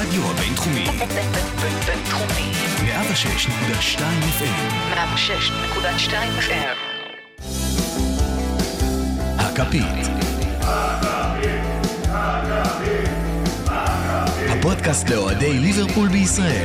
הרדיו הבינתחומי. בינתחומי. 106.2 FM. 106.2 FM. הכפית. הפודקאסט לאוהדי ליברפול בישראל.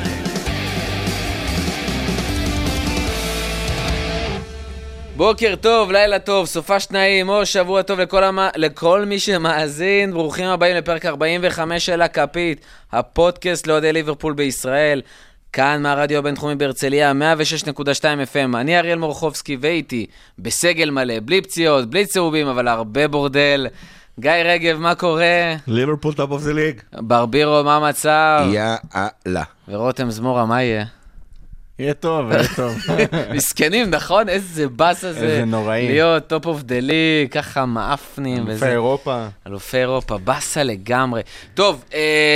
בוקר טוב, לילה טוב, סופש נעים או שבוע טוב לכל מי שמאזין. ברוכים הבאים לפרק 45 של הכפית, הפודקאסט לאוהדי ליברפול בישראל. כאן מהרדיו הבינתחומי בהרצליה, 106.2 FM. אני אריאל מורחובסקי ואיתי בסגל מלא, בלי פציעות, בלי צהובים, אבל הרבה בורדל. גיא רגב, מה קורה? ליברפול טופ אוף זה ליג. ברבירו, מה המצב? יאללה. ורותם זמורה, מה יהיה? יהיה טוב, יהיה טוב. מסכנים, נכון? איזה בס הזה. איזה נוראים. להיות טופ אוף דה ליג, ככה מאפנים. אלופי אירופה. אלופי אירופה, בסה לגמרי. טוב,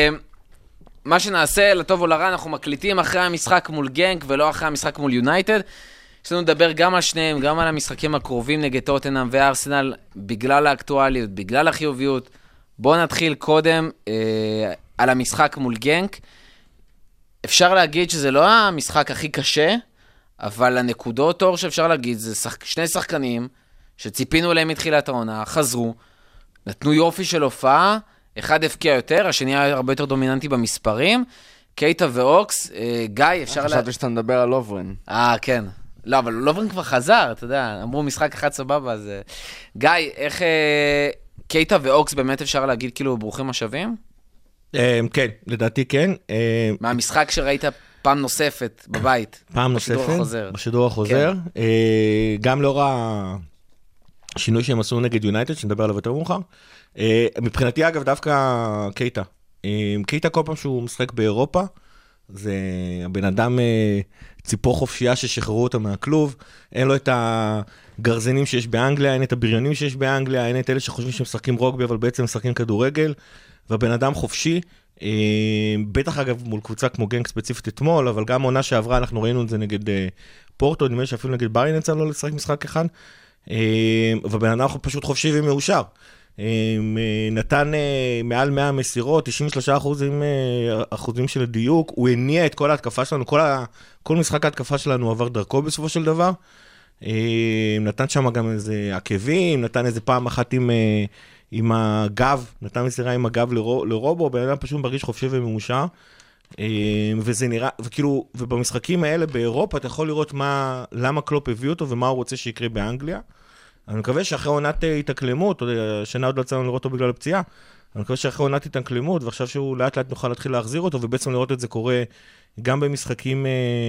מה שנעשה, לטוב או לרע, אנחנו מקליטים אחרי המשחק מול גנק, ולא אחרי המשחק מול יונייטד. יש לנו לדבר גם על שניהם, גם על המשחקים הקרובים נגד טוטנהאם וארסנל, בגלל האקטואליות, בגלל החיוביות. בואו נתחיל קודם על המשחק מול גנק. אפשר להגיד שזה לא המשחק הכי קשה, אבל הנקודות אור שאפשר להגיד, זה שני שחקנים שציפינו להם מתחילת העונה, חזרו, נתנו יופי של הופעה, אחד הפקיע יותר, השני היה הרבה יותר דומיננטי במספרים, קייטה ואוקס, גיא, אפשר חשבתי שאתה מדבר על לוברן. כן. לא, אבל לוברן כבר חזר, אתה יודע, אמרו משחק אחד סבבה, אז... גיא, איך קייטה ואוקס באמת אפשר להגיד כאילו ברוכים השווים? כן, לדעתי כן. מהמשחק שראית פעם נוספת בבית. פעם נוספת, בשידור החוזר. גם לאור השינוי שהם עשו נגד יונייטד, שנדבר עליו יותר מאוחר. מבחינתי אגב דווקא קייטה. קייטה כל פעם שהוא משחק באירופה, זה הבן אדם ציפור חופשייה ששחררו אותו מהכלוב, אין לו את הגרזנים שיש באנגליה, אין את הבריונים שיש באנגליה, אין את אלה שחושבים שהם משחקים רוגבי, אבל בעצם משחקים כדורגל. והבן אדם חופשי, בטח אגב מול קבוצה כמו גנק ספציפית אתמול, אבל גם עונה שעברה, אנחנו ראינו את זה נגד פורטו, נדמה שאפילו נגד בריין יצא לו לשחק משחק אחד, והבן אדם פשוט חופשי ומאושר. נתן מעל 100 מסירות, 93% של הדיוק, הוא הניע את כל ההתקפה שלנו, כל משחק ההתקפה שלנו עבר דרכו בסופו של דבר, נתן שם גם איזה עקבים, נתן איזה פעם אחת עם הגב, נתן מסירה עם הגב לרובו, בן אדם פשוט מרגיש חופשי ומאושר, וזה נראה, וכאילו, ובמשחקים האלה באירופה, אתה יכול לראות למה קלופ הביא אותו, ומה הוא רוצה שיקרה באנגליה. אני מקווה שאחרי עונת התאקלמות, השנה עוד לא יצאנו לראות אותו בגלל הפציעה, אני מקווה שאחרי עונת התאקלמות, ועכשיו שהוא לאט לאט נוכל להתחיל להחזיר אותו, ובעצם לראות את זה קורה גם במשחקים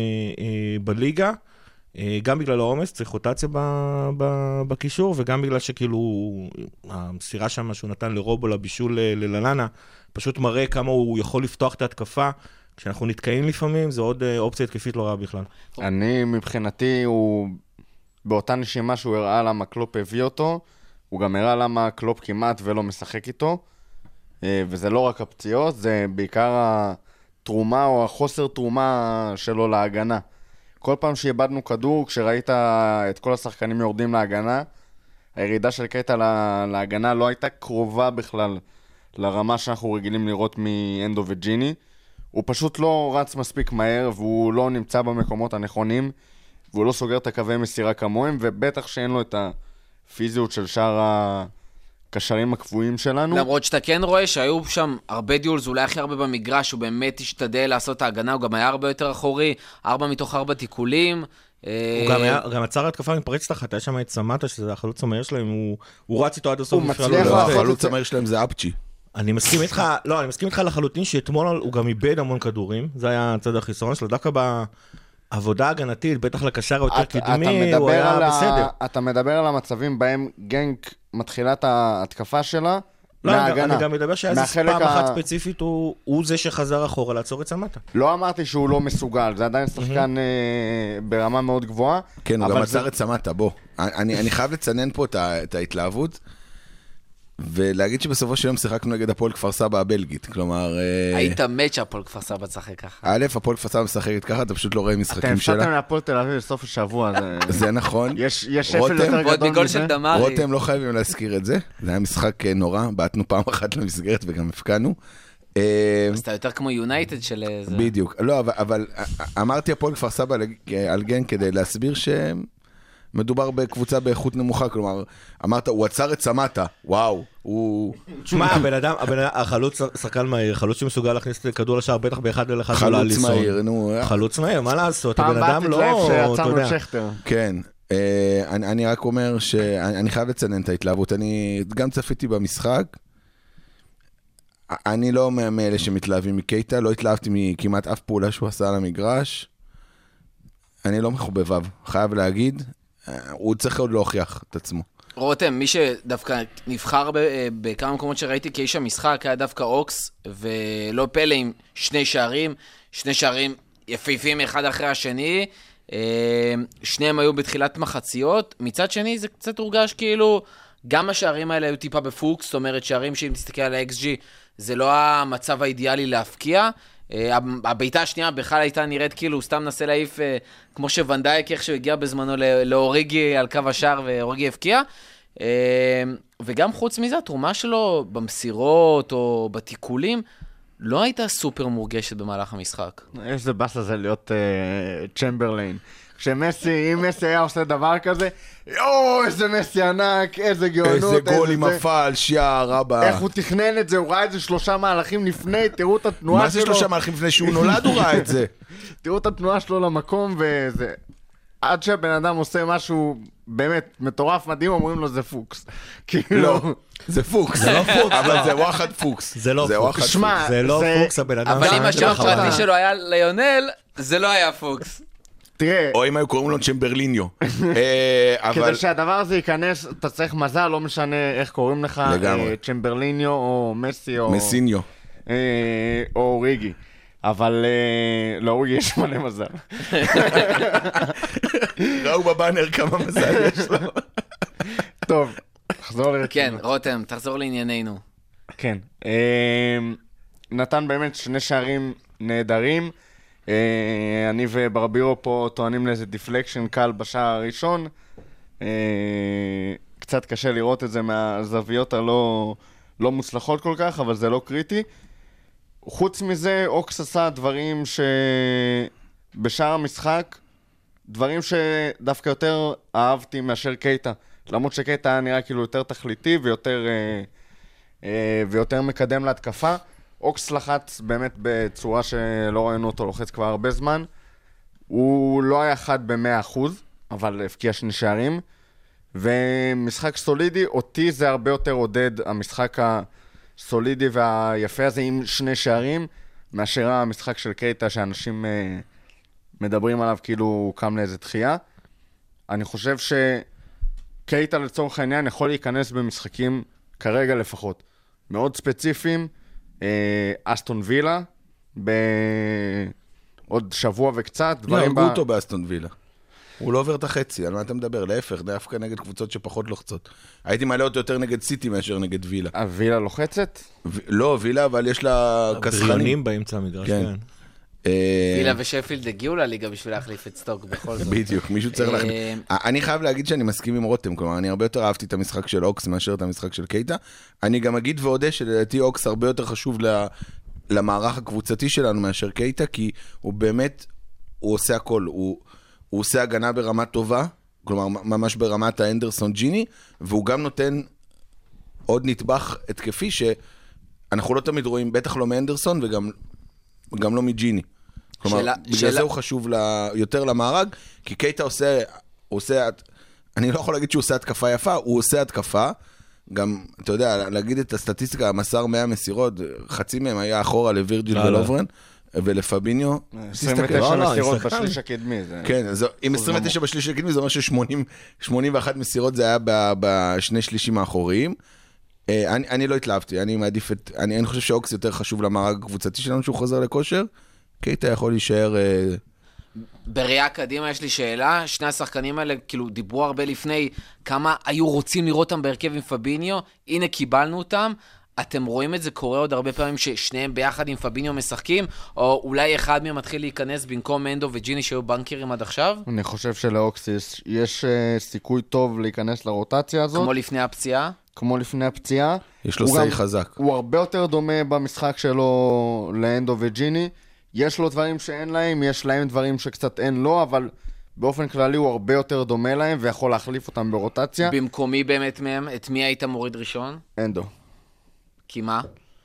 בליגה, גם בגלל העומס, צריך רוטציה בקישור, וגם בגלל שכאילו המסירה שם שהוא נתן לרובו לבישול ללננה, פשוט מראה כמה הוא יכול לפתוח את ההתקפה, כשאנחנו נתקעים לפעמים, זה עוד אופציה התקפית לא רעה בכלל. אני מבחינתי, הוא באותה נשימה שהוא הראה למה קלופ הביא אותו, הוא גם הראה למה קלופ כמעט ולא משחק איתו, וזה לא רק הפציעות, זה בעיקר התרומה או החוסר תרומה שלו להגנה. כל פעם שאיבדנו כדור, כשראית את כל השחקנים יורדים להגנה, הירידה של קייטה להגנה לא הייתה קרובה בכלל לרמה שאנחנו רגילים לראות מאנדו וג'יני. הוא פשוט לא רץ מספיק מהר, והוא לא נמצא במקומות הנכונים, והוא לא סוגר את הקווי מסירה כמוהם, ובטח שאין לו את הפיזיות של שאר הקשרים הקבועים שלנו. למרות שאתה כן רואה שהיו שם הרבה דיולס, אולי הכי הרבה במגרש, הוא באמת השתדל לעשות את ההגנה, הוא גם היה הרבה יותר אחורי, 4 מתוך 4 תיקולים. הוא גם עצר התקפה מפרץ תחת, היה שם את סמטה, שזה החלוץ המהיר שלהם, הוא רץ איתו עד הסוף. החלוץ המהיר שלהם זה אפצ'י. אני מסכים איתך לחלוטין שאתמול הוא גם איבד המון כדורים, זה היה הצד החיסרון שלו, דווקא בעבודה הגנתית, בטח לקשר היותר קדמי, הוא היה בסדר. אתה מדבר על המצבים בהם גנק מתחילה את ההתקפה שלה, מההגנה. אני גם מדבר שהיה איזה פעם אחת ספציפית, הוא זה שחזר אחורה לעצור את סמטה. לא אמרתי שהוא לא מסוגל, זה עדיין שחקן ברמה מאוד גבוהה. כן, הוא גם עצר את סמטה, בוא. אני חייב לצנן פה את ההתלהבות, ולהגיד שבסופו של יום שיחקנו נגד הפועל כפר סבא הבלגית, כלומר... היית מת שהפועל כפר סבא משחק ככה. א', הפועל כפר סבא משחקת ככה, אתה פשוט לא רואה משחקים שלה. אתם הפסדתם להפועל תל אביב לסוף השבוע. זה נכון. יש שפל יותר גדול מזה. רותם לא חייבים להזכיר את זה, זה היה משחק נורא, בעטנו פעם אחת למסגרת וגם הפקענו. אז אתה יותר כמו יונייטד של זה. בדיוק. לא, אבל אמרתי הפועל כפר סבא על גן כדי להסביר שמדובר בקבוצה באיכות נמוכה, כלומר, אמרת, הוא עצר את סמטה, וואו, הוא... תשמע, הבן אדם, החלוץ שחקן מהיר, חלוץ שמסוגל להכניס כדור לשער, בטח באחד על אחד של חלוץ אליסון. מהיר, נו. חלוץ מהיר, מה לעשות? פעם הבן אדם באתי לא, לאיפה אתה שיצרנו יודע. את שכטר. כן. אני רק אומר שאני חייב לציין את ההתלהבות. אני גם צפיתי במשחק. אני לא מאלה שמתלהבים מקייטה, לא התלהבתי מכמעט אף פעולה שהוא עשה על המגרש. אני לא מחובביו, חייב להגיד. הוא צריך עוד להוכיח את עצמו. רותם, מי שדווקא נבחר בכמה מקומות שראיתי כאיש המשחק היה דווקא אוקס, ולא פלא עם שני שערים יפהפים אחד אחרי השני, שניהם היו בתחילת מחציות, מצד שני זה קצת הורגש כאילו, גם השערים האלה היו טיפה בפוקס, זאת אומרת שערים שאם תסתכל על ה-XG, זה לא המצב האידיאלי להפקיע, הביתה השנייה בכלל הייתה נראית כאילו, סתם נסה להעיף, כמו שוונדייק, איך שהוא הגיע בזמנו לאוריגי על קו השער, ואוריגי הפקיע, וגם חוץ מזה, התרומה שלו במסירות או בתיקולים, לא הייתה סופר מורגשת במהלך המשחק. איזה באס הזה להיות צ'מברליין. כשמסי, אם מסי היה עושה דבר כזה, יואו, איזה מסי ענק, איזה גאונות. איזה גול עם הפלש, יא רבה. איך הוא תכנן את זה, הוא ראה את זה 3 מהלכים לפני, תראו את התנועה שלו. מה זה 3 מהלכים לפני שהוא נולד, הוא ראה את זה? תראו את התנועה שלו למקום, וזה... עד שהבן אדם עושה משהו באמת מטורף מדהים, אומרים לו זה פוקס. לא, זה פוקס. זה לא פוקס. אבל זה וואחד פוקס. זה לא פוקס. שמע, זה לא פוקס, הבן אדם. אבל אם השם הפרטי שלו היה ליונל, זה לא היה פוקס. תראה, או אם היו קוראים לו צ'מברליניו. כדי שהדבר הזה ייכנס, אתה צריך מזל, לא משנה איך קוראים לך, צ'מברליניו או מסי או... מסיניו. או אוריגי. אבל לאוריגי יש מלא מזל. ראו בבאנר כמה מזל יש לו. טוב, תחזור לרצינות. כן, רותם, תחזור לענייננו. כן. נתן באמת 2 שערים נהדרים. אני וברבירו פה טוענים לאיזה דיפלקשן קל בשער הראשון. קצת קשה לראות את זה מהזוויות הלא מוצלחות כל כך, אבל זה לא קריטי. חוץ מזה, אוקס עשה דברים שבשאר המשחק, דברים שדווקא יותר אהבתי מאשר קייטה. למרות שקייטה היה נראה כאילו יותר תכליתי ויותר מקדם להתקפה. אוקס לחץ באמת בצורה שלא ראינו אותו לוחץ כבר הרבה זמן. הוא לא היה חד ב100%, אבל הפקיע 2 שערים. ומשחק סולידי, אותי זה הרבה יותר עודד המשחק הסולידי והיפה הזה עם 2 שערים, מאשר המשחק של קייטה שאנשים מדברים עליו כאילו הוא קם לאיזה דחייה. אני חושב שקייטה לצורך העניין יכול להיכנס במשחקים כרגע לפחות. מאוד ספציפיים, אסטון וילה, בעוד שבוע וקצת. לא, הרגו אותו באסטון וילה. הוא לא עובר את החצי, על מה אתה מדבר? להפך, דווקא נגד קבוצות שפחות לוחצות. הייתי מעלה אותו יותר נגד סיטי מאשר נגד וילה. וילה לוחצת? לא, וילה, אבל יש לה כסחנים. בריונים באמצע המגרש, כן. וילה ושפילד הגיעו לליגה בשביל להחליף את סטוק בכל זאת. בדיוק, מישהו צריך להחליף. אני חייב להגיד שאני מסכים עם רותם, כלומר, אני הרבה יותר אהבתי את המשחק של אוקס מאשר את המשחק של קייטה. אני גם אגיד ועודה שלדעתי אוקס הרבה יותר חשוב למערך הקבוצתי שלנו מאשר קייטה, כי הוא באמת, הוא עושה הכל. הוא עושה הגנה ברמה טובה, כלומר, ממש ברמת האנדרסון ג'יני, והוא גם נותן עוד נטבח התקפי שאנחנו לא תמיד רואים, בטח לא מאנדרסון וגם לא מג'יני. כלומר, בגלל זה הוא חשוב יותר למארג, כי קייטה עושה, אני לא יכול להגיד שהוא עושה התקפה יפה, הוא עושה התקפה, גם, אתה יודע, להגיד את הסטטיסטיקה, מסר 100 מסירות, חצי מהם היה אחורה לווירג'יל ולוברן, ולפביניו. 29 מסירות בשליש הקדמי. כן, עם 29 בשליש הקדמי, זה אומר ש81 מסירות זה היה בשני שלישים האחוריים. אני לא התלהבתי, אני חושב שאוקס יותר חשוב למארג הקבוצתי שלנו שהוא חוזר לכושר, קייטה יכול להישאר... בראייה קדימה יש לי שאלה, 2 השחקנים האלה כאילו דיברו הרבה לפני כמה היו רוצים לראות אותם בהרכב עם פביניו, הנה קיבלנו אותם, אתם רואים את זה קורה עוד הרבה פעמים ששניהם ביחד עם פביניו משחקים, או אולי אחד מהם מתחיל להיכנס במקום אנדו וג'יני שהיו בנקרים עד עכשיו? אני חושב שלאוקס יש סיכוי טוב להיכנס לרוטציה הזאת. כמו לפני הפציעה? כמו לפני הפציעה. יש לו סי חזק. הוא הרבה יותר דומה במשחק שלו לאנדו וג'יני. יש לו דברים שאין להם, יש להם דברים שקצת אין לו, אבל באופן כללי הוא הרבה יותר דומה להם ויכול להחליף אותם ברוטציה. במקומי באמת מהם, את מי היית מוריד ראשון? אנדו. כי מה?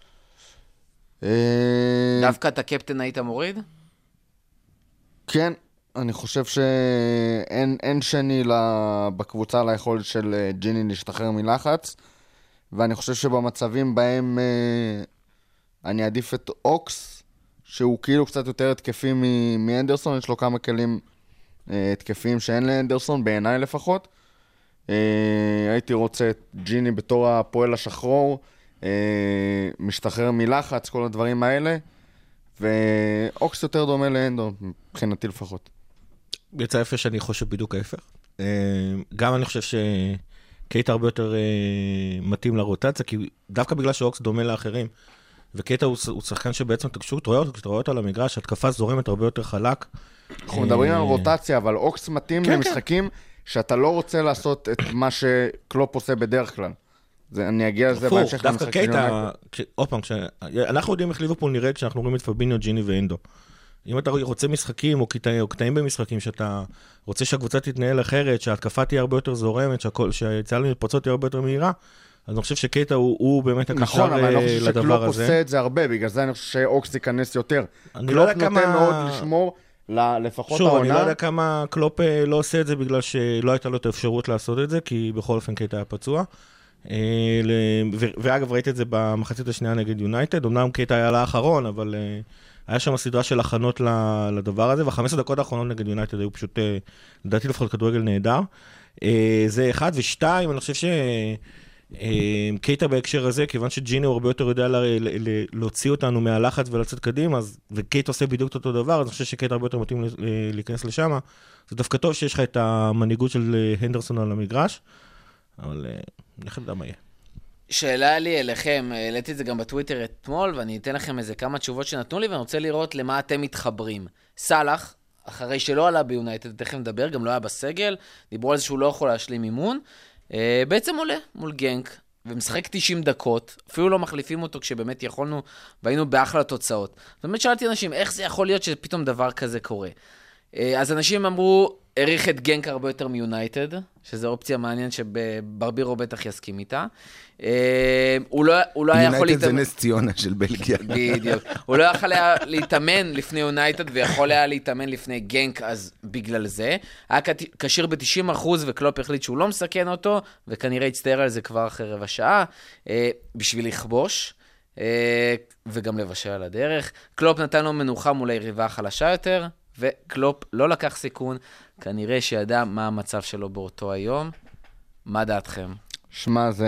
דווקא את הקפטן היית מוריד? כן, אני חושב שאין שני בקבוצה ליכולת של ג'יני להשתחרר מלחץ, ואני חושב שבמצבים בהם אני עדיף את אוקס, שהוא כאילו קצת יותר התקפי מאנדרסון, יש לו כמה כלים התקפיים שאין לאנדרסון, בעיניי לפחות. הייתי רוצה את ג'יני בתור הפועל השחרור, משתחרר מלחץ, כל הדברים האלה, ואוקס יותר דומה לאנדו, מבחינתי לפחות. יצא יפה שאני חושב בדיוק ההפך. גם אני חושב שקייטה הרבה יותר מתאים לרוטציה, כי דווקא בגלל שאוקס דומה לאחרים, וקייטה הוא שחקן שבעצם תקשורת, רואה אותו על המגרש, התקפה זורמת הרבה יותר חלק. אנחנו מדברים על רוטציה, אבל אוקס מתאים למשחקים שאתה לא רוצה לעשות את מה שקלופ עושה בדרך כלל. אני אגיע לזה בהמשך דווקא קייטה, עוד פעם, אנחנו יודעים איך ליברפול נראה כשאנחנו רואים את פביניו, ג'יני ואנדו. אם אתה רוצה משחקים או קטעים במשחקים, שאתה רוצה שהקבוצה תתנהל אחרת, שההתקפה תהיה הרבה יותר זורמת, שהיציאה למתפרצות תהיה הרבה יותר מהירה, אז אני חושב שקייטה הוא באמת הקשר לדבר הזה. נכון, אבל אני לא חושב שקלופ עושה את זה הרבה, בגלל זה אני חושב שאוקס ייכנס יותר. קלופ נותן מאוד לשמור לפחות העונה. שוב, אני לא יודע כמה קלופ לא עושה את זה, בגלל שלא הייתה לו את האפשרות לעשות את זה, כי בכל אופן קייטה היה פצוע. ואגב, ראיתי את זה במחצית השנייה נגד יונייטד, אמנם קייטה היה לאחרון, אבל היה שם סדרה של הכנות לדבר הזה, וה-15 דקות האחרונות נגד יונייטד היו פשוט, לדעתי לפחות כדורגל נהדר. זה אחד, ושתיים, אני חושב קייטה בהקשר הזה, כיוון שג'יני הוא הרבה יותר יודע להוציא אותנו מהלחץ ולצאת קדימה, וקייטה עושה בדיוק אותו דבר, אז אני חושב שקייטה הרבה יותר מתאים להיכנס לשם. זה דווקא טוב שיש לך את המנהיגות של הנדרסון על המגרש, אבל איך יודע מה יהיה. שאלה לי אליכם, העליתי את זה גם בטוויטר אתמול, ואני אתן לכם איזה כמה תשובות שנתנו לי, ואני רוצה לראות למה אתם מתחברים. סלאח, אחרי שלא עלה ביונייטד, תכף נדבר, גם לא היה בסגל, דיברו על זה שהוא לא יכול להשלים אימון, בעצם עולה מול גנק, ומשחק 90 דקות, אפילו לא מחליפים אותו כשבאמת יכולנו, והיינו באחלה תוצאות. זאת אומרת, שאלתי אנשים, איך זה יכול להיות שפתאום דבר כזה קורה? אז אנשים אמרו, העריך את גנק הרבה יותר מיונייטד, שזו אופציה מעניינת שברבירו בטח יסכים איתה. הוא לא היה יכול יונייטד זה נס ציונה של בלגיה. בדיוק. הוא לא יכול היה להתאמן לפני יונייטד, ויכול היה להתאמן לפני גנק, אז בגלל זה. היה קשיר ב-90%, וקלופ החליט שהוא לא מסכן אותו, וכנראה יצטער על זה כבר אחרי רבע שעה, בשביל לכבוש, וגם לבשל על הדרך. קלופ נתן לו מנוחה מול היריבה החלשה יותר, וקלופ לא לקח סיכון, כנראה שידע מה המצב שלו באותו היום. מה דעתכם? שמע, זה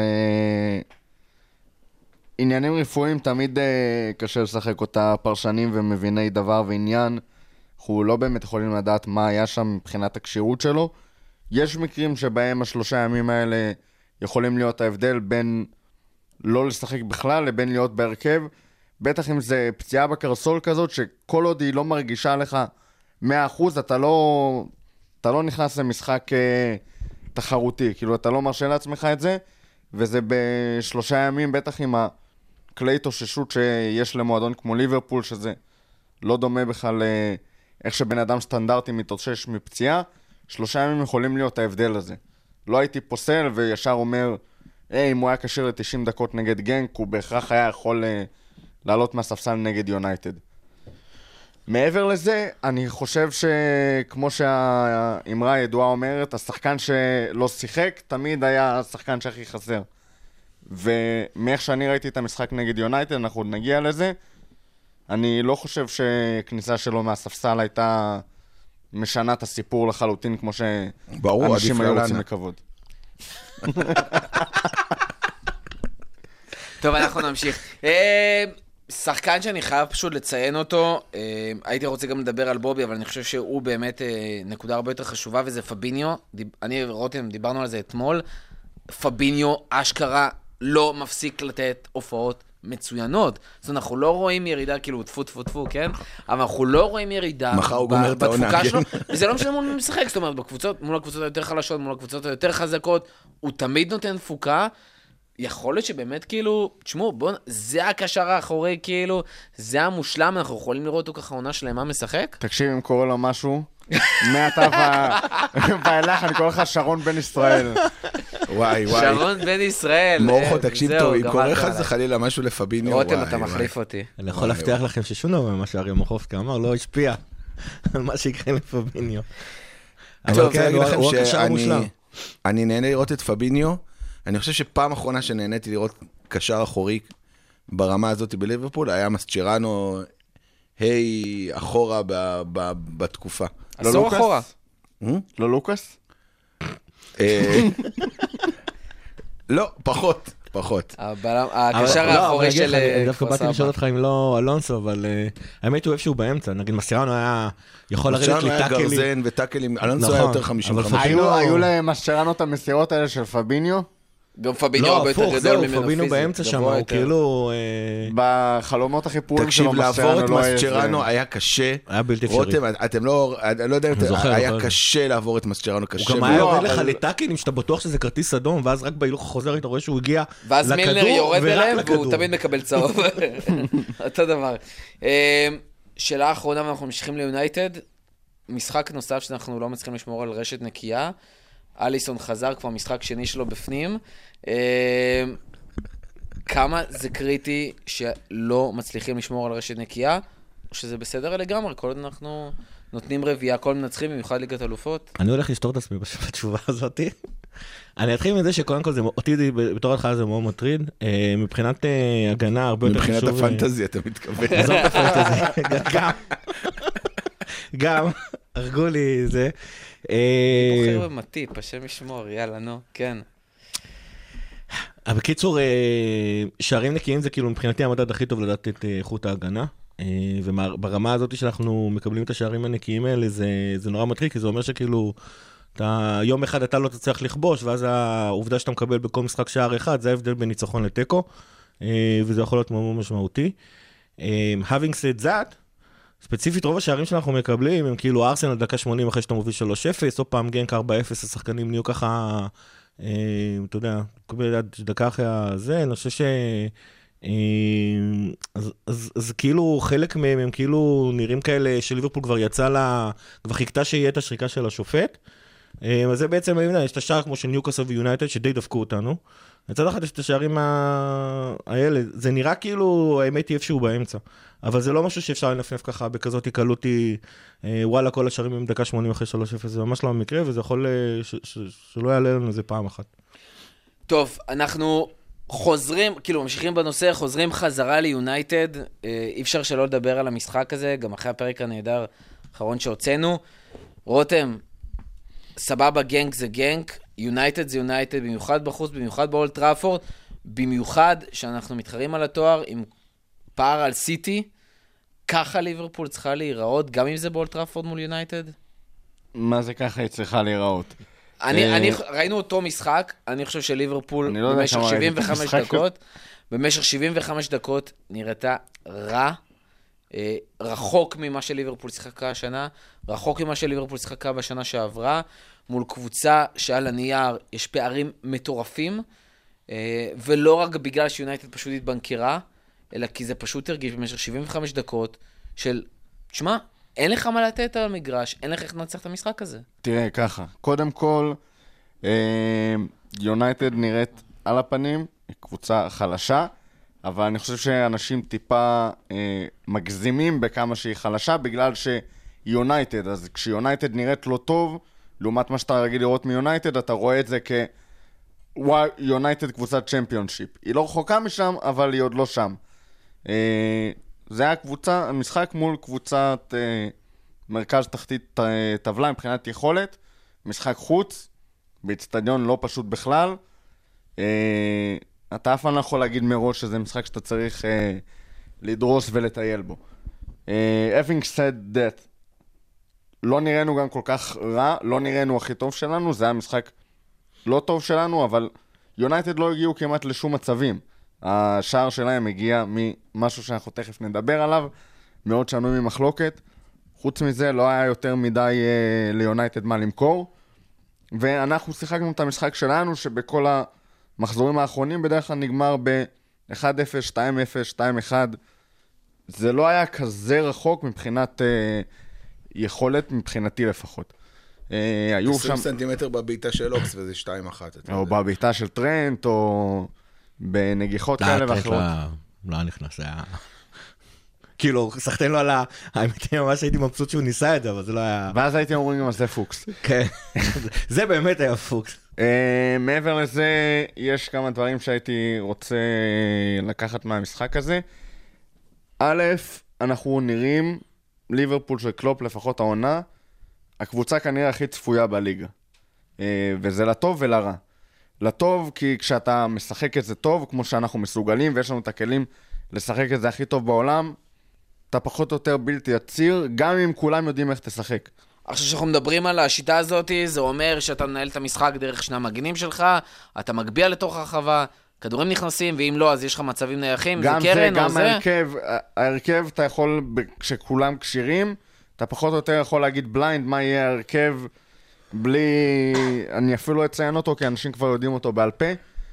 עניינים רפואיים תמיד קשה לשחק אותה, פרשנים ומביני דבר ועניין, אנחנו לא באמת יכולים לדעת מה היה שם מבחינת הקשירות שלו. יש מקרים שבהם השלושה ימים האלה יכולים להיות ההבדל בין לא לשחק בכלל לבין להיות בהרכב, בטח אם זה פציעה בקרסול כזאת, שכל עוד היא לא מרגישה לך 100%, אתה לא נכנס למשחק תחרותי, כאילו אתה לא מרשה לעצמך את זה, וזה בשלושה ימים, בטח עם הכלי התאוששות שיש למועדון כמו ליברפול, שזה לא דומה בכלל איך שבן אדם סטנדרטי מתאושש מפציעה, 3 ימים יכולים להיות ההבדל הזה. לא הייתי פוסל וישר אומר, אם הוא היה קשיר ל-90 דקות נגד גנק, הוא בהכרח היה יכול לעלות מהספסל נגד יונייטד. מעבר לזה, אני חושב שכמו שהאמרה הידועה אומרת, השחקן שלא שיחק תמיד היה השחקן שהכי חסר. ומאיך שאני ראיתי את המשחק נגד יונייטד, אנחנו עוד נגיע לזה, אני לא חושב שכניסה שלו מהספסל הייתה משנה את הסיפור לחלוטין, כמו שאנשים היו רוצים לקוות. טוב, אנחנו נמשיך. שחקן שאני חייב פשוט לציין אותו, הייתי רוצה גם לדבר על בובי, אבל אני חושב שהוא באמת נקודה הרבה יותר חשובה, וזה פביניו. אני ורותם דיברנו על זה אתמול. פביניו אשכרה לא מפסיק לתת הופעות מצוינות. זאת אומרת, אנחנו לא רואים ירידה, כאילו, טפו, כן? אבל אנחנו לא רואים ירידה בתפוקה שלו, וזה לא משנה מול מי משחק, זאת אומרת, מול הקבוצות היותר חלשות, מול הקבוצות היותר חזקות, הוא תמיד נותן תפוקה. יכול להיות שבאמת, כאילו, תשמעו, זה הקשר האחורי, כאילו, זה המושלם, אנחנו יכולים לראות אותו ככה עונה שלמה משחק? תקשיב, אם קורא לו משהו, מעתה ואילך, אני קורא לך שרון בן ישראל. וואי. שרון בן ישראל. מורכו, תקשיב טוב, אם קורא לך זה חלילה משהו לפביניו, רותם, אתה מחליף אותי. אני יכול להבטיח לכם ששום דבר ממה שאריה מוחובסקי אמר לא השפיע על מה שיקרה לפביניו. אבל כן, אני אגיד לכם שאני נהנה לראות את פביניו. אני חושב שפעם אחרונה שנהניתי לראות קשר אחורי ברמה הזאת בליברפול, היה מסצ'רנו אחורה בתקופה. עשור אחורה. לא לוקאס? לא, פחות. הקשר האחורי של... דווקא באתי לשאול אותך אם לא אלונסו, אבל האמת הוא איפשהו באמצע. נגיד מסצ'רנו היה יכול לרדת לי מסצ'רנו היה גרזן וטאקלים, אלונסו היה יותר 55. היו למסצ'רנו את המסירות האלה של פביניו? גם פביניו הרבה יותר גדול ממנו פיזית. לא, פביניו באמצע שם, הוא כאילו... בחלומות הכי פורים שלו, לעבור את מסצ'רנו היה קשה. היה בלתי אפשרי. רותם, אתם לא... אני לא יודע, היה קשה לעבור את מסצ'רנו, קשה. הוא גם היה יורד לך לטאקלים, שאתה בטוח שזה כרטיס אדום, ואז רק בהילוך החוזר, אתה רואה שהוא הגיע לכדור, ואז מילנר יורד אליהם, והוא תמיד מקבל צהוב. אותו דבר. שאלה האחרונה, ואנחנו ממשיכים ליונייטד. משחק נוסף שאנחנו לא מצליחים לשמור על רשת נקייה. אליסון חזר כבר משחק שני שלו בפנים. כמה זה קריטי שלא מצליחים לשמור על רשת נקייה, או שזה בסדר לגמרי, כל עוד אנחנו נותנים רביעה, כל מנצחים, במיוחד ליגת אלופות? אני הולך לשתור את עצמי בתשובה הזאת. אני אתחיל מזה שקודם כל, אותי בתור התחלה זה מאוד מטריד, מבחינת הגנה הרבה יותר חשוב. מבחינת הפנטזיה אתה מתכוון. עזוב את הפנטזיה, גם, הרגו לי זה. אני בוחר במטיפ, השם ישמור, יאללה, נו, כן. בקיצור, שערים נקיים זה כאילו מבחינתי המדד הכי טוב לדעת את איכות ההגנה, וברמה הזאת שאנחנו מקבלים את השערים הנקיים האלה, זה נורא מטריד, כי זה אומר שכאילו, יום אחד אתה לא תצליח לכבוש, ואז העובדה שאתה מקבל בכל משחק שער אחד, זה ההבדל בין ניצחון לטקו, וזה יכול להיות מאוד משמעותי. Having said that, ספציפית רוב השערים שאנחנו מקבלים, הם כאילו ארסנל דקה 80 אחרי שאתה מוביל 3-0, או פעם גנק 4-0, השחקנים נהיו ככה, אתה יודע, דקה אחרי הזה, אני חושב אז כאילו חלק מהם הם כאילו נראים כאלה שליברפול כבר יצא כבר חיכתה שיהיה את השריקה של השופט, אז זה בעצם, יש את השער כמו של ניוקאסל ויונייטד שדי דפקו אותנו, מצד אחד יש את השערים האלה, זה נראה כאילו האמת היא איפשהו באמצע, אבל זה לא משהו שאפשר לנפנף ככה בכזאת קלותי, וואלה כל השערים הם דקה 80 אחרי 3-0, זה ממש לא המקרה, וזה יכול שלא יעלה לנו איזה פעם אחת. טוב, אנחנו חוזרים, כאילו ממשיכים בנושא, חוזרים חזרה ליונייטד, אי אפשר שלא לדבר על המשחק הזה, גם אחרי הפרק הנהדר האחרון שהוצאנו. רותם, סבבה, גנק זה גנק, יונייטד זה יונייטד, במיוחד בחוץ, במיוחד באולד טראפורד, במיוחד שאנחנו מתחרים על התואר עם פער על סיטי, ככה ליברפול צריכה להיראות, גם אם זה באולד טראפורד מול יונייטד? מה זה ככה היא צריכה להיראות? ראינו אותו משחק, אני חושב שליברפול במשך 75 דקות, במשך 75 דקות נראתה רע, רחוק ממה שליברפול שיחקה השנה, רחוק ממה שליברפול שיחקה בשנה שעברה, מול קבוצה שעל הנייר יש פערים מטורפים, ולא רק בגלל שיונייטד פשוט התבנקרה, אלא כי זה פשוט הרגיש במשך 75 דקות של, תשמע, אין לך מה לתת על המגרש, אין לך איך לנצח את המשחק הזה. תראה, ככה, קודם כל, יונייטד נראית על הפנים, קבוצה חלשה, אבל אני חושב שאנשים טיפה מגזימים בכמה שהיא חלשה, בגלל שיונייטד, אז כשיונייטד נראית לא טוב, לעומת מה שאתה רגיל לראות מיונייטד, אתה רואה את זה יונייטד קבוצת צ'מפיונשיפ. היא לא רחוקה משם, אבל היא עוד לא שם. זה היה קבוצה, המשחק מול קבוצת מרכז תחתית טבלה מבחינת יכולת, משחק חוץ, באצטדיון לא פשוט בכלל. אתה אף פעם לא יכול להגיד מראש שזה משחק שאתה צריך לדרוס ולטייל בו. Having said that, לא נראינו גם כל כך רע, לא נראינו הכי טוב שלנו, זה היה משחק לא טוב שלנו, אבל יונייטד לא הגיעו כמעט לשום מצבים. השער שלהם הגיע ממשהו שאנחנו תכף נדבר עליו, מאוד שנוי ממחלוקת. חוץ מזה לא היה יותר מדי ליונייטד מה למכור. ואנחנו שיחקנו את המשחק שלנו, שבכל המחזורים האחרונים בדרך כלל נגמר ב-1-0, 2-0, 2-1. זה לא היה כזה רחוק מבחינת יכולת, מבחינתי לפחות. 20 סנטימטר בביתה של אוקס, וזה 2-1. או בביתה של טרנט, או בנגיחות כאלה ואחרות. לא נכנס, היה... כאילו, סחטן לו על ה... האמת היא ממש הייתי מבסוט שהוא ניסה את זה, אבל זה לא היה... ואז הייתי אומרים גם, זה פוקס. כן, זה באמת היה פוקס. מעבר לזה, יש כמה דברים שהייתי רוצה לקחת מהמשחק הזה. א', אנחנו נראים, ליברפול של קלופ, לפחות העונה, הקבוצה כנראה הכי צפויה בליגה. וזה לטוב ולרע. לטוב, כי כשאתה משחק את זה טוב, כמו שאנחנו מסוגלים, ויש לנו את הכלים לשחק את זה הכי טוב בעולם, אתה פחות או יותר בלתי יציר, גם אם כולם יודעים איך תשחק. עכשיו שאנחנו מדברים על השיטה הזאת, זה אומר שאתה מנהל את המשחק דרך שני המגנים שלך, אתה מגביע לתוך הרחבה, כדורים נכנסים, ואם לא, אז יש לך מצבים נייחים, זה קרן או זה? גם ההרכב, אתה יכול, כשכולם קשירים, אתה פחות או יותר יכול להגיד בליינד, מה יהיה ההרכב, בלי... אני אפילו לא אציין אותו, כי אנשים כבר יודעים אותו בעל פה.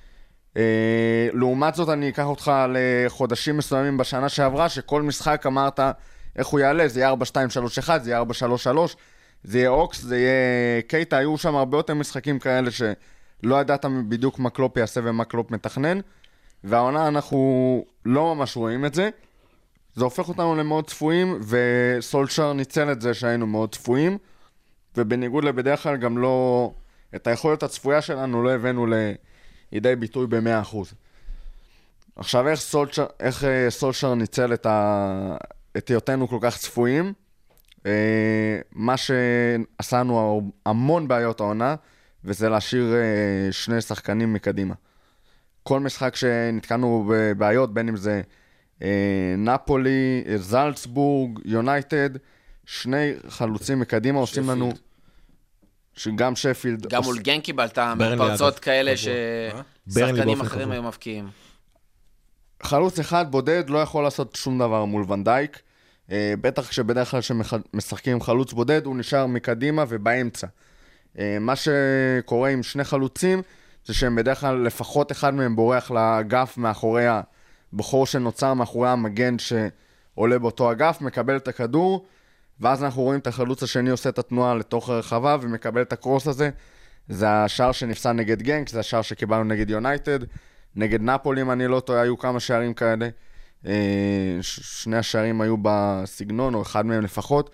לעומת זאת, אני אקח אותך לחודשים מסוימים בשנה שעברה, שכל משחק אמרת איך הוא יעלה, זה יהיה 4-2-3-1, זה יהיה 4-3-3, זה יהיה אוקס, זה יהיה קייטה, היו שם הרבה יותר משחקים כאלה שלא ידעת בדיוק מה קלופ יעשה ומה קלופ מתכנן, והעונה אנחנו לא ממש רואים את זה. זה הופך אותנו למאוד צפויים, וסולשר ניצל את זה שהיינו מאוד צפויים, ובניגוד לבדרך כלל גם לא... את היכולת הצפויה שלנו לא הבאנו לידי ביטוי ב-100%. עכשיו, איך סולשר ניצל את היותנו כל כך צפויים? מה שעשינו המון בעיות העונה, וזה להשאיר שני שחקנים מקדימה. כל משחק שנתקענו בבעיות, בין אם זה נפולי, זלצבורג, יונייטד, שני חלוצים מקדימה עושים לנו... שגם שפילד... גם מול גן קיבלת פרצות כאלה ששחקנים אחרים היו מפקיעים. חלוץ אחד בודד לא יכול לעשות שום דבר מול ונדייק, בטח כשבדרך כלל שמשחקים עם חלוץ בודד הוא נשאר מקדימה ובאמצע. מה שקורה עם שני חלוצים זה שהם בדרך כלל לפחות אחד מהם בורח לאגף מאחורי הבחור שנוצר מאחורי המגן שעולה באותו אגף, מקבל את הכדור, ואז אנחנו רואים את החלוץ השני עושה את התנועה לתוך הרחבה ומקבל את הקרוס הזה. זה השער שנפסל נגד גנק, זה השער שקיבלנו נגד יונייטד, נגד נפולי, אם אני לא טועה, היו כמה שערים כאלה. שני השערים היו בסגנון, או אחד מהם לפחות.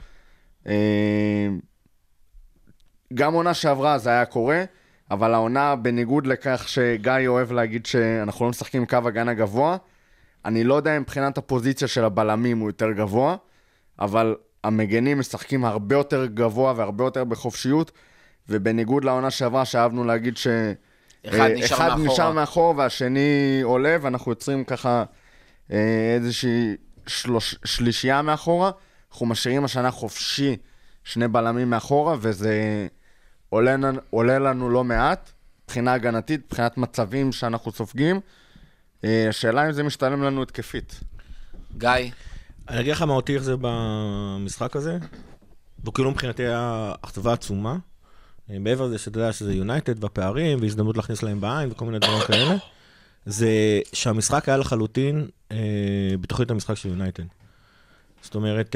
גם עונה שעברה זה היה קורה, אבל העונה בניגוד לכך שגיא אוהב להגיד שאנחנו לא משחקים קו הגנה גבוה, אני לא יודע אם מבחינת הפוזיציה של הבלמים הוא יותר גבוה, אבל המגנים משחקים הרבה יותר גבוה והרבה יותר בחופשיות, ובניגוד לעונה שעברה שאהבנו להגיד אחד נשאר מאחור והשני עולה, ואנחנו יוצרים ככה איזושהי שלישייה מאחורה, אנחנו משאירים השנה חופשי שני בלמים מאחורה, וזה עולה לנו לא מעט, מבחינה הגנתית, מבחינת מצבים שאנחנו סופגים. השאלה אם זה משתלם לנו התקפית. גיא? אני אגיד לך מה אותי איך זה במשחק הזה, וכאילו מבחינתי היה אכזבה עצומה, בעבר זה שאתה יודע שזה יונייטד והפערים, והזדמנות להכניס להם בעין וכל מיני דברים כאלה, זה שהמשחק היה לחלוטין בתוכנית המשחק של יונייטד. זאת אומרת,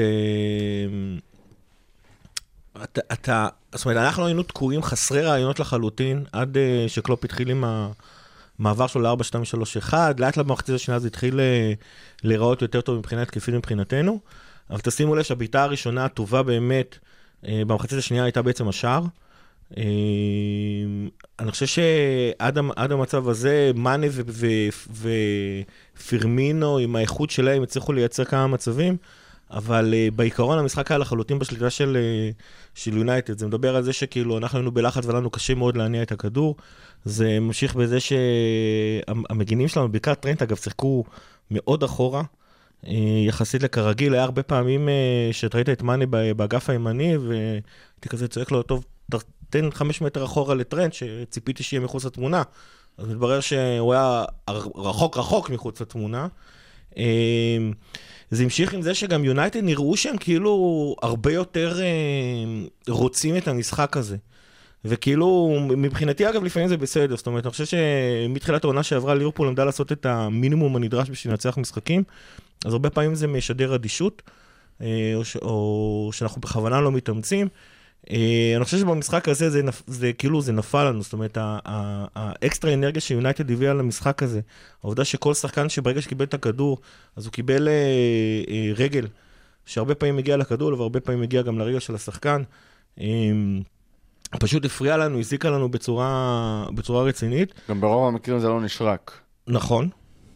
זאת אומרת, אנחנו היינו תקועים חסרי רעיונות לחלוטין, עד שקלופ התחיל עם המעבר שלו ל-4-2-3-1, לאט למחצית השנייה זה התחיל להיראות יותר טוב מבחינה התקפית מבחינתנו, אבל תשימו לב שהבעיטה הראשונה הטובה באמת, במחצית השנייה הייתה בעצם השער. אני חושב שעד המצב הזה, מאנה ופירמינו עם האיכות שלהם הצליחו לייצר כמה מצבים, אבל בעיקרון המשחק היה לחלוטין בשליטה של יונייטד. זה מדבר על זה שכאילו אנחנו היינו בלחץ ולנו קשה מאוד להניע את הכדור. זה ממשיך בזה שהמגינים שלנו, בעיקר טרנט אגב, שיחקו מאוד אחורה, יחסית לכרגיל. היה הרבה פעמים שראית את מאנה באגף הימני, והייתי כזה צועק לו, טוב, תן 5 מטר אחורה לטרנט, שציפיתי שיהיה מחוץ לתמונה. אז מתברר שהוא היה רחוק מחוץ לתמונה. זה המשיך עם זה שגם יונייטד נראו שהם כאילו הרבה יותר רוצים את המשחק הזה. וכאילו, מבחינתי אגב, לפעמים זה בסדר. זאת אומרת, אני חושב שמתחילת העונה שעברה, ליברפול עמדה לעשות את המינימום הנדרש בשביל לנצח משחקים, אז הרבה פעמים זה משדר אדישות, או שאנחנו בכוונה לא מתאמצים. אני חושב שבמשחק הזה זה כאילו זה נפל לנו, זאת אומרת, האקסטרה אנרגיה שיונייטד הביאה למשחק הזה, העובדה שכל שחקן שברגע שקיבל את הכדור, אז הוא קיבל רגל, שהרבה פעמים מגיע לכדור, והרבה פעמים מגיע גם לרגל של השחקן, פשוט הפריע לנו, הזיקה לנו בצורה רצינית. גם ברוב המקרים זה לא נשרק. נכון.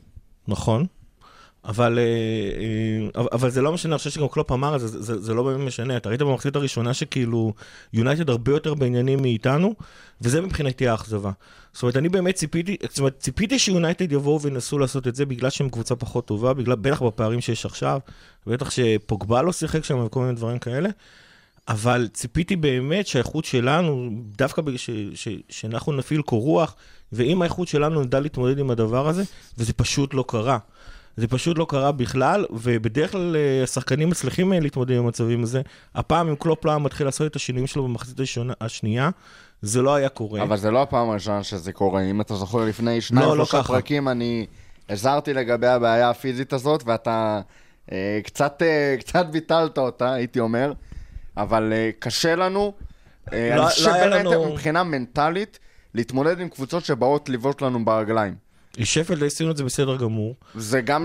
אבל זה לא משנה, אני חושב שגם קלופ אמר, זה לא באמת משנה. אתה ראית במחצית הראשונה שכאילו יונייטד הרבה יותר בעניינים מאיתנו, וזה מבחינתי האכזבה. זאת אומרת, אני באמת ציפיתי שיונייטד יבואו וינסו לעשות את זה, בגלל שהם קבוצה פחות טובה, בטח בפערים שיש עכשיו, בטח שפוגבה לא שיחק שם וכל מיני דברים כאלה, אבל ציפיתי באמת שהאיכות שלנו, דווקא שאנחנו נפיל קורוח, ואם האיכות שלנו נדע להתמודד עם הדבר הזה, וזה פשוט לא קרה. זה פשוט לא קרה בכלל, ובדרך כלל השחקנים מצליחים להתמודד עם המצבים הזה. הפעם אם קלופ לא מתחיל לעשות את השינויים שלו במחצית השנייה, זה לא היה קורה. אבל זה לא הפעם הראשונה שזה קורה. אם אתה זוכר לפני 2-3 פרקים, אני הזהרתי לגבי הבעיה הפיזית הזאת, ואתה קצת ביטלת אותה, הייתי אומר. אבל קשה לנו, אני חושב שבאמת מבחינה מנטלית, להתמודד עם קבוצות שבאות לבעוט לנו ברגליים. שפלד עשינו את זה בסדר גמור. זה גם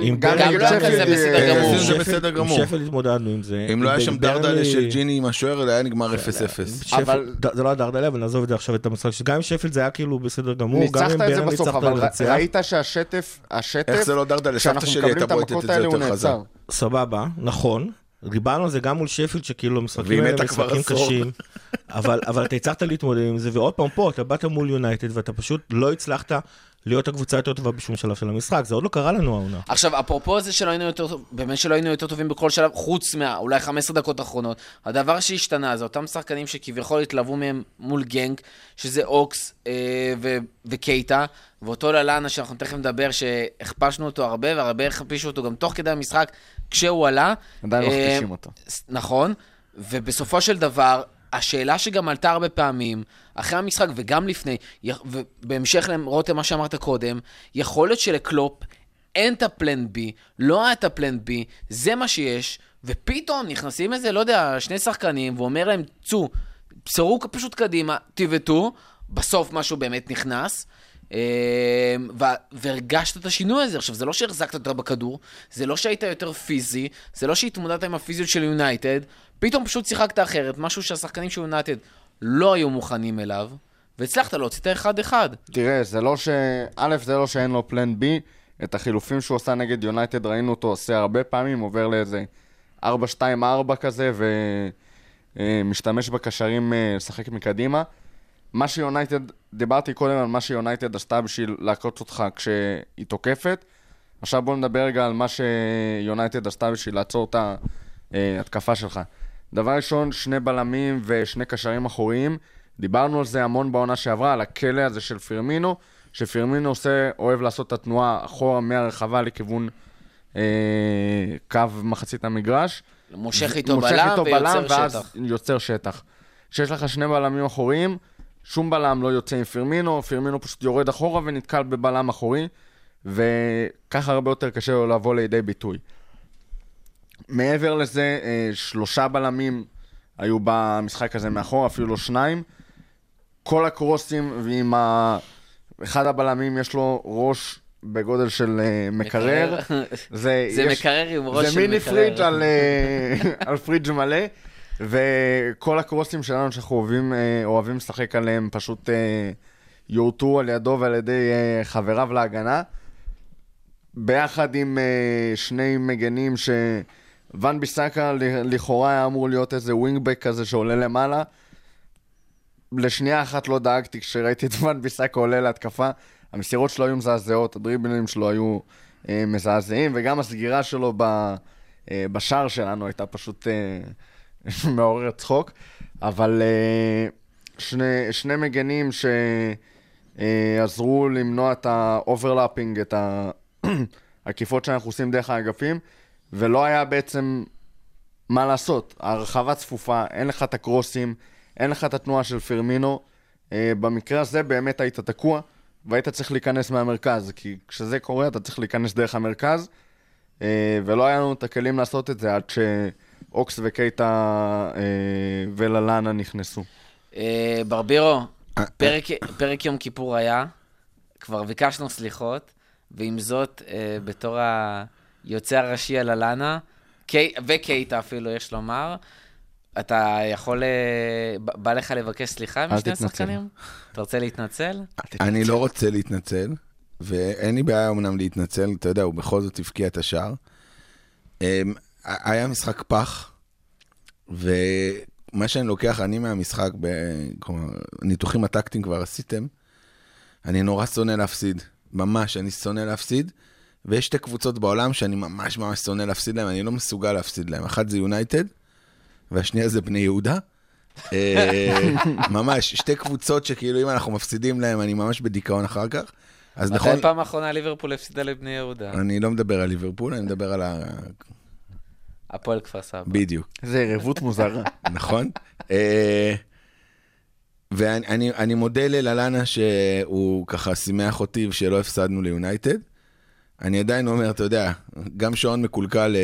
בסדר גמור. עם שפלד התמודדנו עם זה. אם לא היה שם דרדלה של ג'יני עם השוער, היה נגמר 0-0. זה לא היה דרדלה, אבל נעזוב את זה עכשיו את המשחק. גם עם שפלד זה היה כאילו בסדר גמור. ניצחת את זה בסוף, אבל ראית שהשטף, איך זה לא דרדלה? סבתא שלי הייתה בועטת את זה יותר חזק. סבבה, נכון. דיברנו על זה גם מול שפילד, שכאילו המשחקים האלה משחקים קשים, אבל אתה הצלחת להתמודד עם זה, ועוד פעם פה, אתה באת מול יונייטד, ואתה פשוט לא הצלחת להיות הקבוצה יותר טובה בשום שלב של המשחק, זה עוד לא קרה לנו העונה. עכשיו, אפרופו זה שלא היינו יותר טובים, באמת שלא היינו יותר טובים בכל שלב, חוץ אולי 15 דקות האחרונות, הדבר שהשתנה זה אותם שחקנים שכביכול התלוו מהם מול גנג, שזה אוקס וקייטה, ואותו ללאנה שאנחנו תכף נדבר, שהכפשנו אותו הרבה, והרבה הכפישו אותו גם תוך כדי המשחק, כשהוא עלה. עדיין מכפישים אותו. נכון, ובסופו של דבר, השאלה שגם עלתה הרבה פעמים, אחרי המשחק וגם לפני, ובהמשך לרותם מה שאמרת קודם, יכול להיות שלקלופ אין את הפלן בי, לא היה את הפלן בי, זה מה שיש, ופתאום נכנסים איזה, לא יודע, שני שחקנים, ואומר להם, צאו, בשורו פשוט קדימה, תיבטו, בסוף משהו באמת נכנס, והרגשת את השינוי הזה. עכשיו, זה לא שהחזקת יותר בכדור, זה לא שהיית יותר פיזי, זה לא שהתמודדת עם הפיזיות של יונייטד, פתאום פשוט שיחקת אחרת, משהו שהשחקנים של יונייטד לא היו מוכנים אליו, והצלחת להוציא את האחד-אחד. תראה, זה לא זה לא שאין לו פלן בי, את החילופים שהוא עושה נגד יונייטד, ראינו אותו עושה הרבה פעמים, עובר לאיזה 4-2-4 כזה, ומשתמש בקשרים לשחק מקדימה. מה שיונייטד, דיברתי קודם על מה שיונייטד עשתה בשביל להקרות אותך כשהיא תוקפת, עכשיו בואו נדבר רגע על מה שיונייטד עשתה בשביל לעצור את ההתקפה שלך. דבר ראשון, 2 בלמים ו2 קשרים אחוריים, דיברנו על זה המון בעונה שעברה, על הכלא הזה של פירמינו, שפירמינו אוהב לעשות את התנועה אחורה מהרחבה לכיוון קו מחצית המגרש. מושך איתו בלם ויוצר שטח. יוצר שטח. שיש לך 2 בלמים אחוריים, שום בלם לא יוצא עם פירמינו, פירמינו פשוט יורד אחורה ונתקל בבלם אחורי, וככה הרבה יותר קשה לו לבוא לידי ביטוי. מעבר לזה, 3 בלמים היו במשחק הזה מאחור, אפילו 2. כל הקרוסים, ועם אחד הבלמים יש לו ראש בגודל של מקרר. זה מקרר עם ראש של מקרר. זה מיני פריג' על פריג' מלא. וכל הקרוסים שלנו שאנחנו אוהבים לשחק עליהם פשוט יורטו על ידו ועל ידי חבריו להגנה. ביחד עם 2 מגנים שוואן ביסאקה לכאורה היה אמור להיות איזה ווינגבק כזה שעולה למעלה. לשנייה אחת לא דאגתי כשראיתי את וואן ביסאקה עולה להתקפה. המסירות שלו היו מזעזעות, הדריבלים שלו היו מזעזעים, וגם הסגירה שלו בשער שלנו הייתה פשוט מעורר צחוק. אבל שני מגנים עזרו למנוע את האוברלאפינג, את העקיפות שאנחנו עושים דרך האגפים, ולא היה בעצם מה לעשות. הרחבה צפופה, אין לך את הקרוסים, אין לך את התנועה של פרמינו. במקרה הזה באמת היית תקוע, והיית צריך להיכנס מהמרכז, כי כשזה קורה אתה צריך להיכנס דרך המרכז, ולא היה לנו את הכלים לעשות את זה עד שאוקס וקייטה וללנה נכנסו. ברבירו, פרק יום כיפור היה, כבר ביקשנו סליחות, ועם זאת, בתור היוצא הראשי על ללנה, וקייטה אפילו יש לומר, אתה יכול, בא לך לבקש סליחה משני השחקנים? אתה רוצה להתנצל? אני לא רוצה להתנצל, ואין לי בעיה אמנם להתנצל, אתה יודע, הוא בכל זאת הפקיע את השער. היה משחק פח, ומה שאני לוקח, אני מהמשחק, כלומר, ניתוחים הטקטיים כבר עשיתם, אני נורא שונא להפסיד, ממש, אני שונא להפסיד, ויש שתי קבוצות בעולם שאני ממש ממש שונא להפסיד להם, אני לא מסוגל להפסיד להם. אחת זה יונייטד, והשנייה זה בני יהודה. ממש, שתי קבוצות שכאילו אם אנחנו מפסידים להם, אני ממש בדיכאון אחר כך. אז נכון... מתי פעם האחרונה ליברפול הפסידה לבני יהודה? אני לא מדבר על ליברפול, אני מדבר על הפועל כפר סבא. בדיוק. זה ערבות מוזרה. נכון. ואני מודה לללנה שהוא ככה שימח אותי ושלא הפסדנו ליונייטד. אני עדיין אומר, אתה יודע, גם שעון מקולקל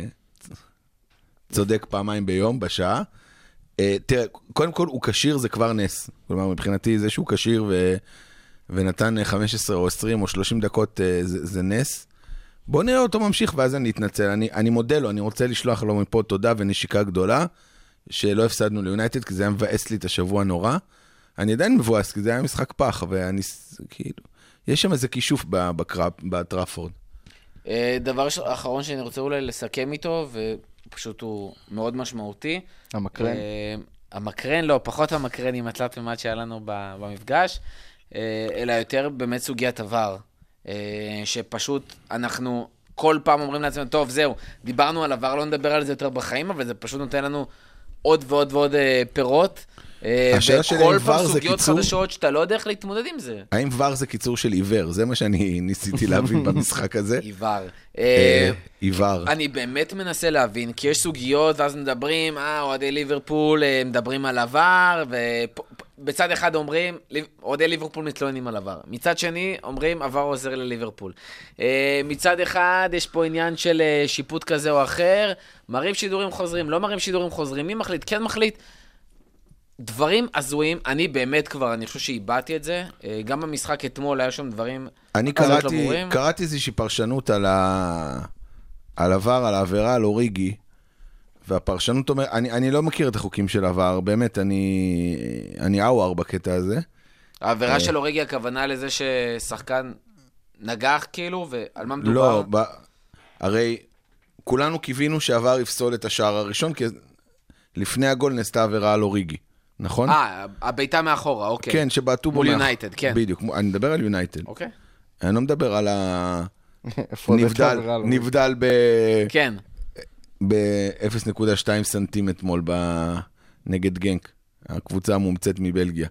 צודק פעמיים ביום, בשעה. תראה, קודם כל הוא קשיר, זה כבר נס. כלומר, מבחינתי זה שהוא קשיר ונתן 15 או 20 או 30 דקות, זה נס. בוא נראה אותו ממשיך, ואז אני אתנצל. אני מודה לו, אני רוצה לשלוח לו מפה תודה ונשיקה גדולה, שלא הפסדנו ליונייטד, כי זה היה מבאס לי את השבוע נורא. אני עדיין מבואס, כי זה היה משחק פח, ואני, כאילו, יש שם איזה כישוף בטראפורד. דבר אחרון שאני רוצה אולי לסכם איתו, ופשוט הוא מאוד משמעותי. המקרן. המקרן, לא, פחות המקרן עם התלת ממד שהיה לנו במפגש, אלא יותר באמת סוגיית עבר. שפשוט אנחנו כל פעם אומרים לעצמנו, טוב, זהו, דיברנו על עבר, לא נדבר על זה יותר בחיים, אבל זה פשוט נותן לנו עוד ועוד ועוד פירות. וכל פעם סוגיות חדשות שאתה לא יודע איך להתמודד עם זה. האם ור זה קיצור של עיוור? זה מה שאני ניסיתי להבין במשחק הזה. עיוור. עיוור. אני באמת מנסה להבין, כי יש סוגיות, ואז מדברים, אוהדי ליברפול מדברים על עבר, ובצד אחד אומרים, אוהדי ליברפול מתלוננים על עבר. מצד שני, אומרים, עבר עוזר לליברפול. מצד אחד, יש פה עניין של שיפוט כזה או אחר, מראים שידורים חוזרים, לא מראים שידורים חוזרים, מי מחליט? כן מחליט. דברים עזויים, אני באמת כבר, אני חושב שאיבדתי את זה, גם במשחק אתמול היה שם דברים... אני קראתי איזושהי פרשנות על עבר, על העבירה, על אוריגי, והפרשנות אומר, אני לא מכיר את החוקים של עבר, באמת, אני אאואר בקטע הזה. העבירה של אוריגי, הכוונה לזה ששחקן נגח כאילו, ועל מה מדובר? לא, הרי כולנו קיווינו שעבר יפסול את השער הראשון, כי לפני הגול נעשתה עבירה על אוריגי. נכון? הביתה מאחורה, אוקיי. כן, שבעטו בו. מול יונייטד, כן. בדיוק, אני מדבר על יונייטד. אוקיי. אני לא מדבר על נבדל כן. ב-0.2 סנטים אתמול נגד גנק, הקבוצה המומצאת מבלגיה.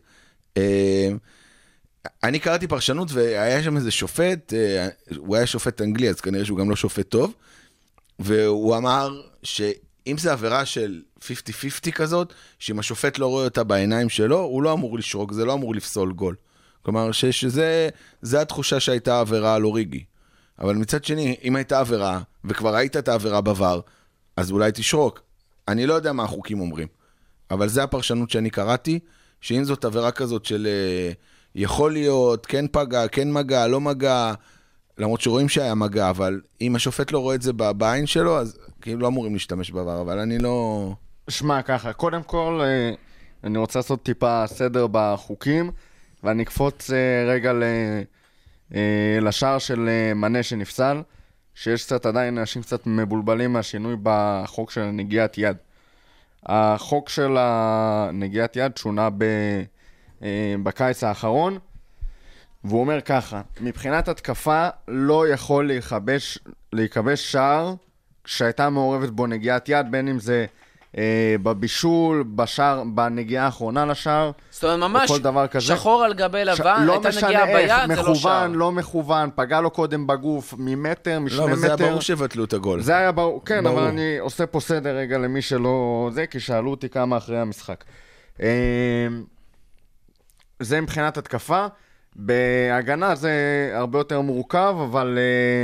אני קראתי פרשנות והיה שם איזה שופט, הוא היה שופט אנגלי, אז כנראה שהוא גם לא שופט טוב, והוא אמר שאם זה עבירה של 50-50 כזאת, שאם השופט לא רואה אותה בעיניים שלו, הוא לא אמור לשרוק, זה לא אמור לפסול גול. כלומר, שזה התחושה שהייתה עבירה על אוריגי. אבל מצד שני, אם הייתה עבירה, וכבר ראית את העבירה בעבר, אז אולי תשרוק. אני לא יודע מה החוקים אומרים. אבל זה הפרשנות שאני קראתי, שאם זאת עבירה כזאת של יכול להיות, כן פגע, כן מגע, לא מגע, למרות שרואים שהיה מגע, אבל אם השופט לא רואה את זה בעין שלו, אז כאילו לא אמורים להשתמש בעבר, אבל אני לא... שמע ככה, קודם כל, אני רוצה לעשות טיפה סדר בחוקים, ואני אקפוץ רגע לשער של מנה שנפסל, שיש קצת עדיין אנשים קצת מבולבלים מהשינוי בחוק של נגיעת יד. החוק של הנגיעת יד שונה בקיץ האחרון, והוא אומר ככה, מבחינת התקפה לא יכול להיכבש שער כשהייתה מעורבת בו נגיעת יד, בין אם זה בבישול, בשער, בנגיעה האחרונה לשער, זאת אומרת, ממש כל דבר כזה. שחור על גבי לבן, לא הייתה משנה נגיעה איך, ביד, זה לא שער. מכוון, לא מכוון, פגע לו קודם בגוף, ממטר, משני לא, אבל זה היה מטר. ברור שבטלו את הגול. זה היה ברור, כן, ברור. אבל אני עושה פה סדר רגע למי שלא... זה, כי שאלו אותי כמה אחרי המשחק. זה מבחינת התקפה. בהגנה זה הרבה יותר מורכב, אבל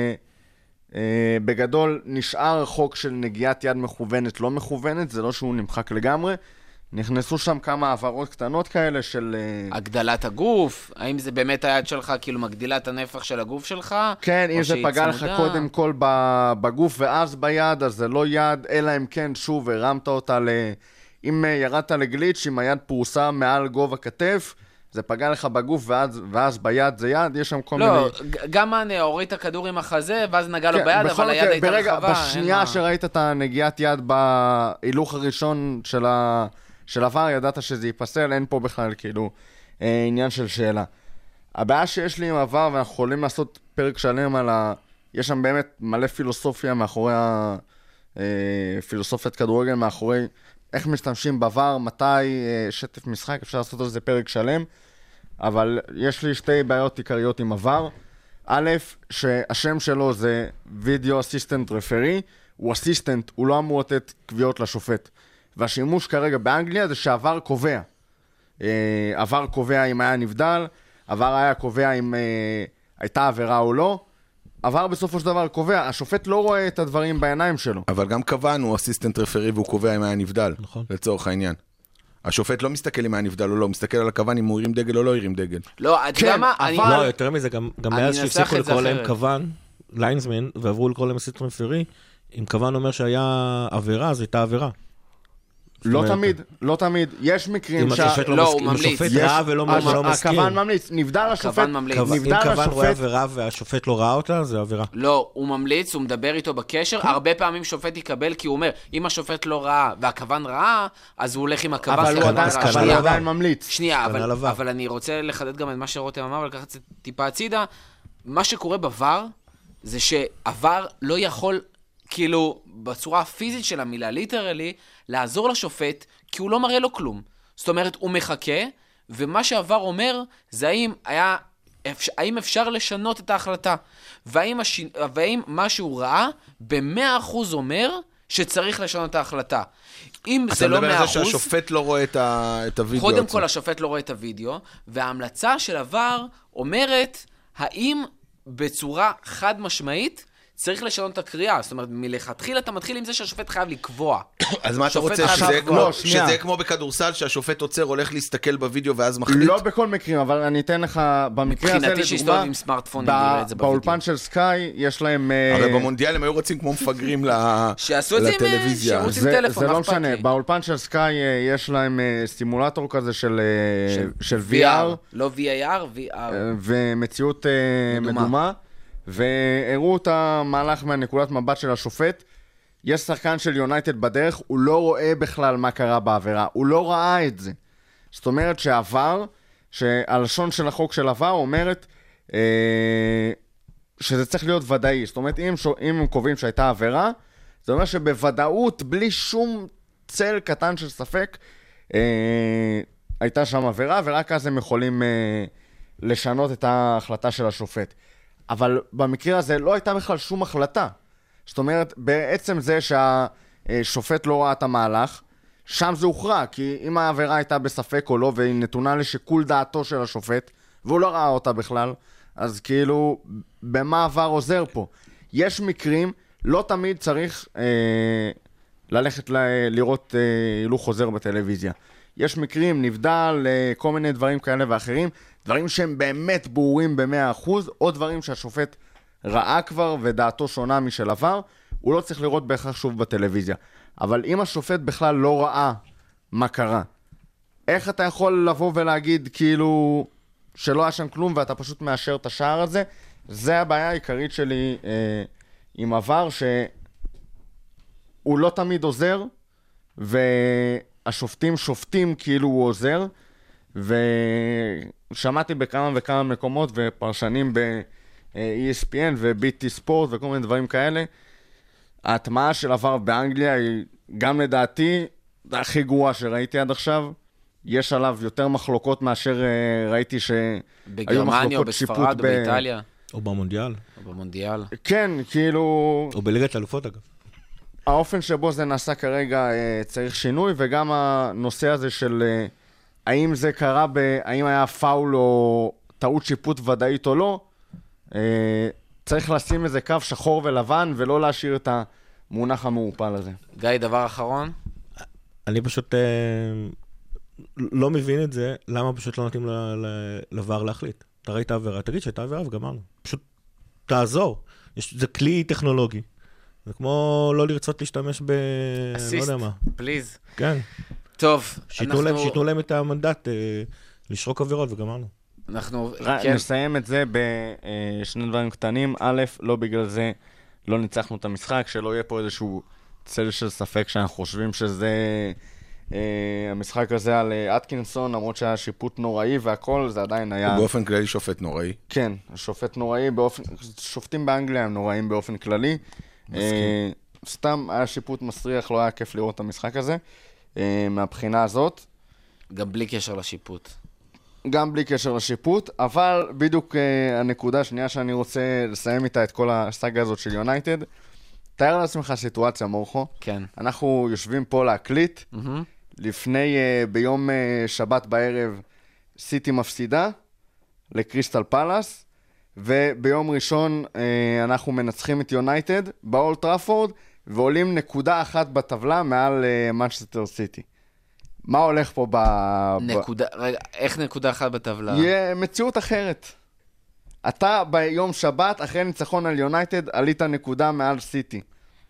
בגדול נשאר חוק של נגיעת יד מכוונת, לא מכוונת, זה לא שהוא נמחק לגמרי. נכנסו שם כמה העברות קטנות כאלה של... הגדלת הגוף, האם זה באמת היד שלך כאילו מגדילה את הנפח של הגוף שלך? כן, אם זה שהיא פגע לך צמודה? קודם כל בגוף ואז ביד, אז זה לא יד, אלא אם כן שוב הרמת אותה אם ירדת לגליץ', אם היד פרוסה מעל גובה כתף, זה פגע לך בגוף ואז ביד זה יד, יש שם כל מיני... לא, גם אני הוריד את הכדור עם החזה, ואז נגע לו ביד, אבל היד הייתה רחבה. בשנייה שראית את הנגיעת יד בהילוך הראשון של עבר, ידעת שזה ייפסל, אין פה בכלל כאילו עניין של שאלה. הבעיה שיש לי עם עבר, ואנחנו יכולים לעשות פרק שלם על יש שם באמת מלא פילוסופיה מאחורי פילוסופיית כדורגל, מאחורי איך משתמשים בעבר, מתי שטף משחק, אפשר לעשות על זה פרק שלם, אבל יש לי שתי בעיות עיקריות עם עבר. א', שהשם שלו זה Video Assistant Referee, הוא אסיסטנט, הוא לא אמור לתת קביעות לשופט. והשימוש כרגע באנגליה זה שעבר קובע. עבר קובע אם היה נבדל, עבר היה קובע אם הייתה עבירה או לא, עבר בסופו של דבר קובע, השופט לא רואה את הדברים בעיניים שלו. אבל גם כוון הוא אסיסטנט רפרי והוא קובע אם היה נבדל, לצורך העניין. השופט לא מסתכל אם היה נבדל או לא, הוא מסתכל על הכוון אם הוא הרים דגל או לא הרים דגל. לא, אתה יודע מה? לא, יותר מזה, גם מאז שהפסיקו לקרוא להם כוון, ליינסמן, ועברו לקרוא להם אסיסטנט רפרי, אם כוון אומר שהיה עבירה, אז הייתה עבירה. לא תמיד, לא תמיד. יש מקרים לא, הוא ממליץ. אם השופט ראה ולא מסכים. הכוון ממליץ. נבדל השופט. ממליץ. אם כוון רואה עבירה והשופט לא ראה אותה, זה עבירה. לא, הוא ממליץ, הוא מדבר איתו בקשר. הרבה פעמים שופט יקבל, כי הוא אומר, אם השופט לא ראה והכוון ראה, אז הוא הולך עם הכוון. אבל הוא עדיין ממליץ. שנייה, אבל אני רוצה לחדד גם את מה שרותם אמר, ולקחת את זה טיפה הצידה. מה שקורה בעבר, זה שעבר לא יכול... כאילו, בצורה הפיזית של המילה, ליטרלי, לעזור לשופט, כי הוא לא מראה לו כלום. זאת אומרת, הוא מחכה, ומה שעבר אומר, זה האם אפשר לשנות את ההחלטה. והאם מה שהוא ראה, ב100% אומר שצריך לשנות את ההחלטה. אם זה לא 100%... אתה מדבר על זה שהשופט לא רואה את הוידאו. קודם כל, השופט לא רואה את הוידאו, וההמלצה של עבר אומרת, האם בצורה חד משמעית, צריך לשנות את הקריאה, זאת אומרת, מלכתחילה אתה מתחיל עם זה שהשופט חייב לקבוע. אז מה אתה רוצה, שזה יהיה כמו בכדורסל, שהשופט עוצר, הולך להסתכל בווידאו ואז מחליט? לא בכל מקרים, אבל אני אתן לך, במקרה הזה מבחינתי שיסתובב עם סמארטפונים, נראה את זה בווידאו. באולפן של סקאי, יש להם... הרי במונדיאל הם היו רוצים כמו מפגרים לטלוויזיה. שירות עם טלפון, זה לא משנה, באולפן של סקאי יש להם סימולטור כזה של VR. לא VAR, VR. ומציאות מדומה. והראו את המהלך מהנקודת מבט של השופט. יש שחקן של יונייטד בדרך, הוא לא רואה בכלל מה קרה בעבירה, הוא לא ראה את זה. זאת אומרת שעבר, שהלשון של החוק של עבר אומרת שזה צריך להיות ודאי. זאת אומרת, אם הם קובעים שהייתה עבירה, זה אומר שבוודאות, בלי שום צל קטן של ספק, הייתה שם עבירה, ורק אז הם יכולים לשנות את ההחלטה של השופט. אבל במקרה הזה לא הייתה בכלל שום החלטה. זאת אומרת, בעצם זה שהשופט לא ראה את המהלך, שם זה הוכרע, כי אם העבירה הייתה בספק או לא, והיא נתונה לשיקול דעתו של השופט, והוא לא ראה אותה בכלל, אז כאילו, במה עבר עוזר פה? יש מקרים, לא תמיד צריך ללכת לראות הילוך חוזר בטלוויזיה. יש מקרים, נבדל, כל מיני דברים כאלה ואחרים, דברים שהם באמת ברורים ב100%, או דברים שהשופט ראה כבר ודעתו שונה משל עבר, הוא לא צריך לראות בהכרח שוב בטלוויזיה. אבל אם השופט בכלל לא ראה מה קרה, איך אתה יכול לבוא ולהגיד כאילו שלא היה שם כלום ואתה פשוט מאשר את השער הזה? זה הבעיה העיקרית שלי עם עבר, שהוא לא תמיד עוזר, השופטים שופטים כאילו הוא עוזר, ושמעתי בכמה וכמה מקומות ופרשנים ב-ESPN ו-BT ספורט וכל מיני דברים כאלה, ההטמעה של עבר באנגליה היא גם לדעתי הכי גרוע שראיתי עד עכשיו. יש עליו יותר מחלוקות מאשר ראיתי שהיו בגרמניה או מחלוקות שיפוט בספרד או באיטליה. או במונדיאל. או במונדיאל. כן, כאילו... או בליגת האלופות אגב. האופן שבו זה נעשה כרגע צריך שינוי, וגם הנושא הזה של האם זה קרה, האם היה פאול או טעות שיפוט ודאית או לא, צריך לשים איזה קו שחור ולבן, ולא להשאיר את המונח המעופל הזה. גיא, דבר אחרון? אני פשוט לא מבין את זה, למה פשוט לא נותנים לבר להחליט. אתה ראית עבירה, תגיד שהייתה עבירה וגמרנו. פשוט תעזור. זה כלי טכנולוגי. זה כמו לא לרצות להשתמש ב... לא יודע מה. פליז. כן. טוב, שיתנו להם את המנדט לשרוק עבירות וגמרנו. אנחנו... נסיים את זה בשני דברים קטנים. א', לא בגלל זה לא ניצחנו את המשחק, שלא יהיה פה איזשהו צל של ספק שאנחנו חושבים שזה... המשחק הזה על אטקינסון, למרות שהיה שיפוט נוראי והכל, זה עדיין היה... הוא באופן כללי שופט נוראי. כן, השופט נוראי באופן... שופטים באנגליה הם נוראים באופן כללי. סתם היה שיפוט מסריח, לא היה כיף לראות את המשחק הזה. מהבחינה הזאת. גם בלי קשר לשיפוט. גם בלי קשר לשיפוט, אבל בדיוק הנקודה השנייה שאני רוצה לסיים איתה את כל הסאגה הזאת של יונייטד. תאר לעצמך סיטואציה, מורכו. כן. אנחנו יושבים פה להקליט. לפני, ביום שבת בערב, סיטי מפסידה לקריסטל פלאס, וביום ראשון אנחנו מנצחים את יונייטד באולד טראפורד, ועולים נקודה אחת בטבלה מעל מנצ'סטר סיטי. מה הולך פה רגע, איך נקודה אחת בטבלה? יהיה מציאות אחרת. אתה ביום שבת, אחרי ניצחון על יונייטד, עלית נקודה מעל סיטי.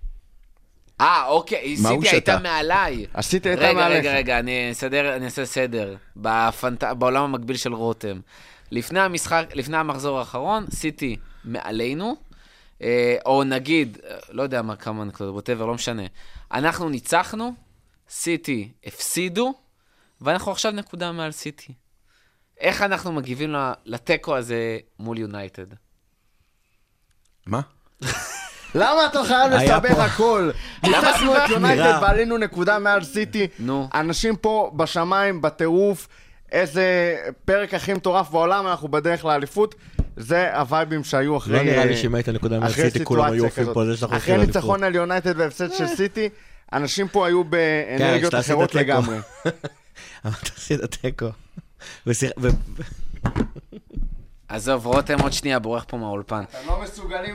אוקיי, סיטי הייתה מעליי. הסיטי הייתה מעליך. רגע, אני אעשה סדר. בעולם המקביל של רותם. לפני המחזור האחרון, סיטי מעלינו, או נגיד, לא יודע מה כמה נקודות, whatever, לא משנה. אנחנו ניצחנו, סיטי הפסידו, ואנחנו עכשיו נקודה מעל סיטי. איך אנחנו מגיבים לטקו הזה מול יונייטד? מה? למה אתה חייב לסבך הכל? ניצחנו את יונייטד ועלינו נקודה מעל סיטי. אנשים פה בשמיים, בטירוף, איזה פרק הכי מטורף בעולם, אנחנו בדרך לאליפות. זה הווייבים שהיו אחרי... לא נראה לי שאם היית נקודה מעל סיטי, כולם היו אופים פה, זה שאנחנו אחרי ניצחון על יונייטד והפסד של סיטי, אנשים פה היו באנרגיות אחרות לגמרי. אבל אתה עשית טקו. עזוב, רותם עוד שנייה, בורח פה מהאולפן. אתם לא מסוגלים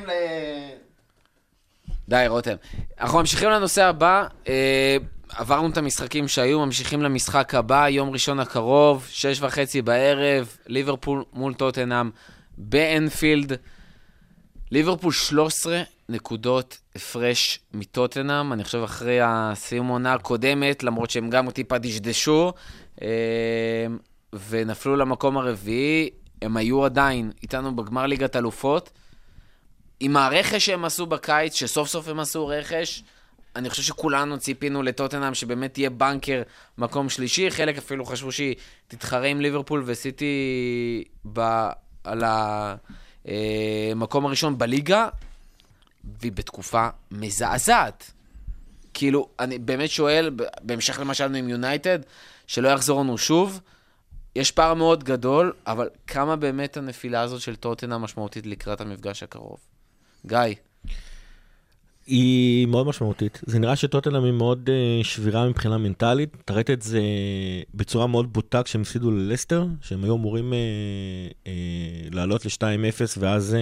די, רותם. אנחנו ממשיכים לנושא הבא. עברנו את המשחקים שהיו, ממשיכים למשחק הבא, יום ראשון הקרוב, 6:30 בערב, ליברפול מול טוטנהאם באנפילד. ליברפול 13 נקודות הפרש מטוטנהאם, אני חושב אחרי הסיום העונה הקודמת, למרות שהם גם טיפה דשדשו, ונפלו למקום הרביעי. הם היו עדיין איתנו בגמר ליגת אלופות. עם הרכש שהם עשו בקיץ, שסוף סוף הם עשו רכש, אני חושב שכולנו ציפינו לטוטנהאם שבאמת תהיה בנקר מקום שלישי, חלק אפילו חשבו שהיא תתחרה עם ליברפול וסיטי על המקום הראשון בליגה, והיא בתקופה מזעזעת. כאילו, אני באמת שואל, בהמשך למה שאלנו עם יונייטד, שלא יחזור לנו שוב, יש פער מאוד גדול, אבל כמה באמת הנפילה הזאת של טוטנהאם משמעותית לקראת המפגש הקרוב? גיא. היא מאוד משמעותית. זה נראה שטוטנהאם היא מאוד שבירה מבחינה מנטלית. אתה ראית את זה בצורה מאוד בוטה כשהם הפסידו ללסטר, שהם היו אמורים לעלות ל-2-0, ואז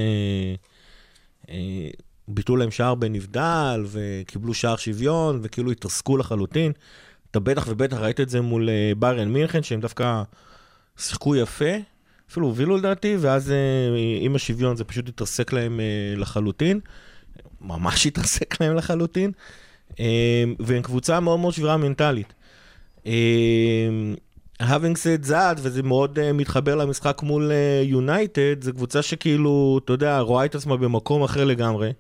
ביטלו להם שער בנבדל, וקיבלו שער שוויון, וכאילו התרסקו לחלוטין. אתה בטח ובטח ראית את זה מול ביירן מינכן, שהם דווקא שיחקו יפה, אפילו הובילו לדעתי, ואז עם השוויון זה פשוט התרסק להם לחלוטין. ממש התרסק להם לחלוטין, והם קבוצה מאוד מאוד שבירה מנטלית. Having said that, וזה מאוד מתחבר למשחק מול יונייטד, זו קבוצה שכאילו, אתה יודע, רואה את עצמה במקום אחר לגמרי.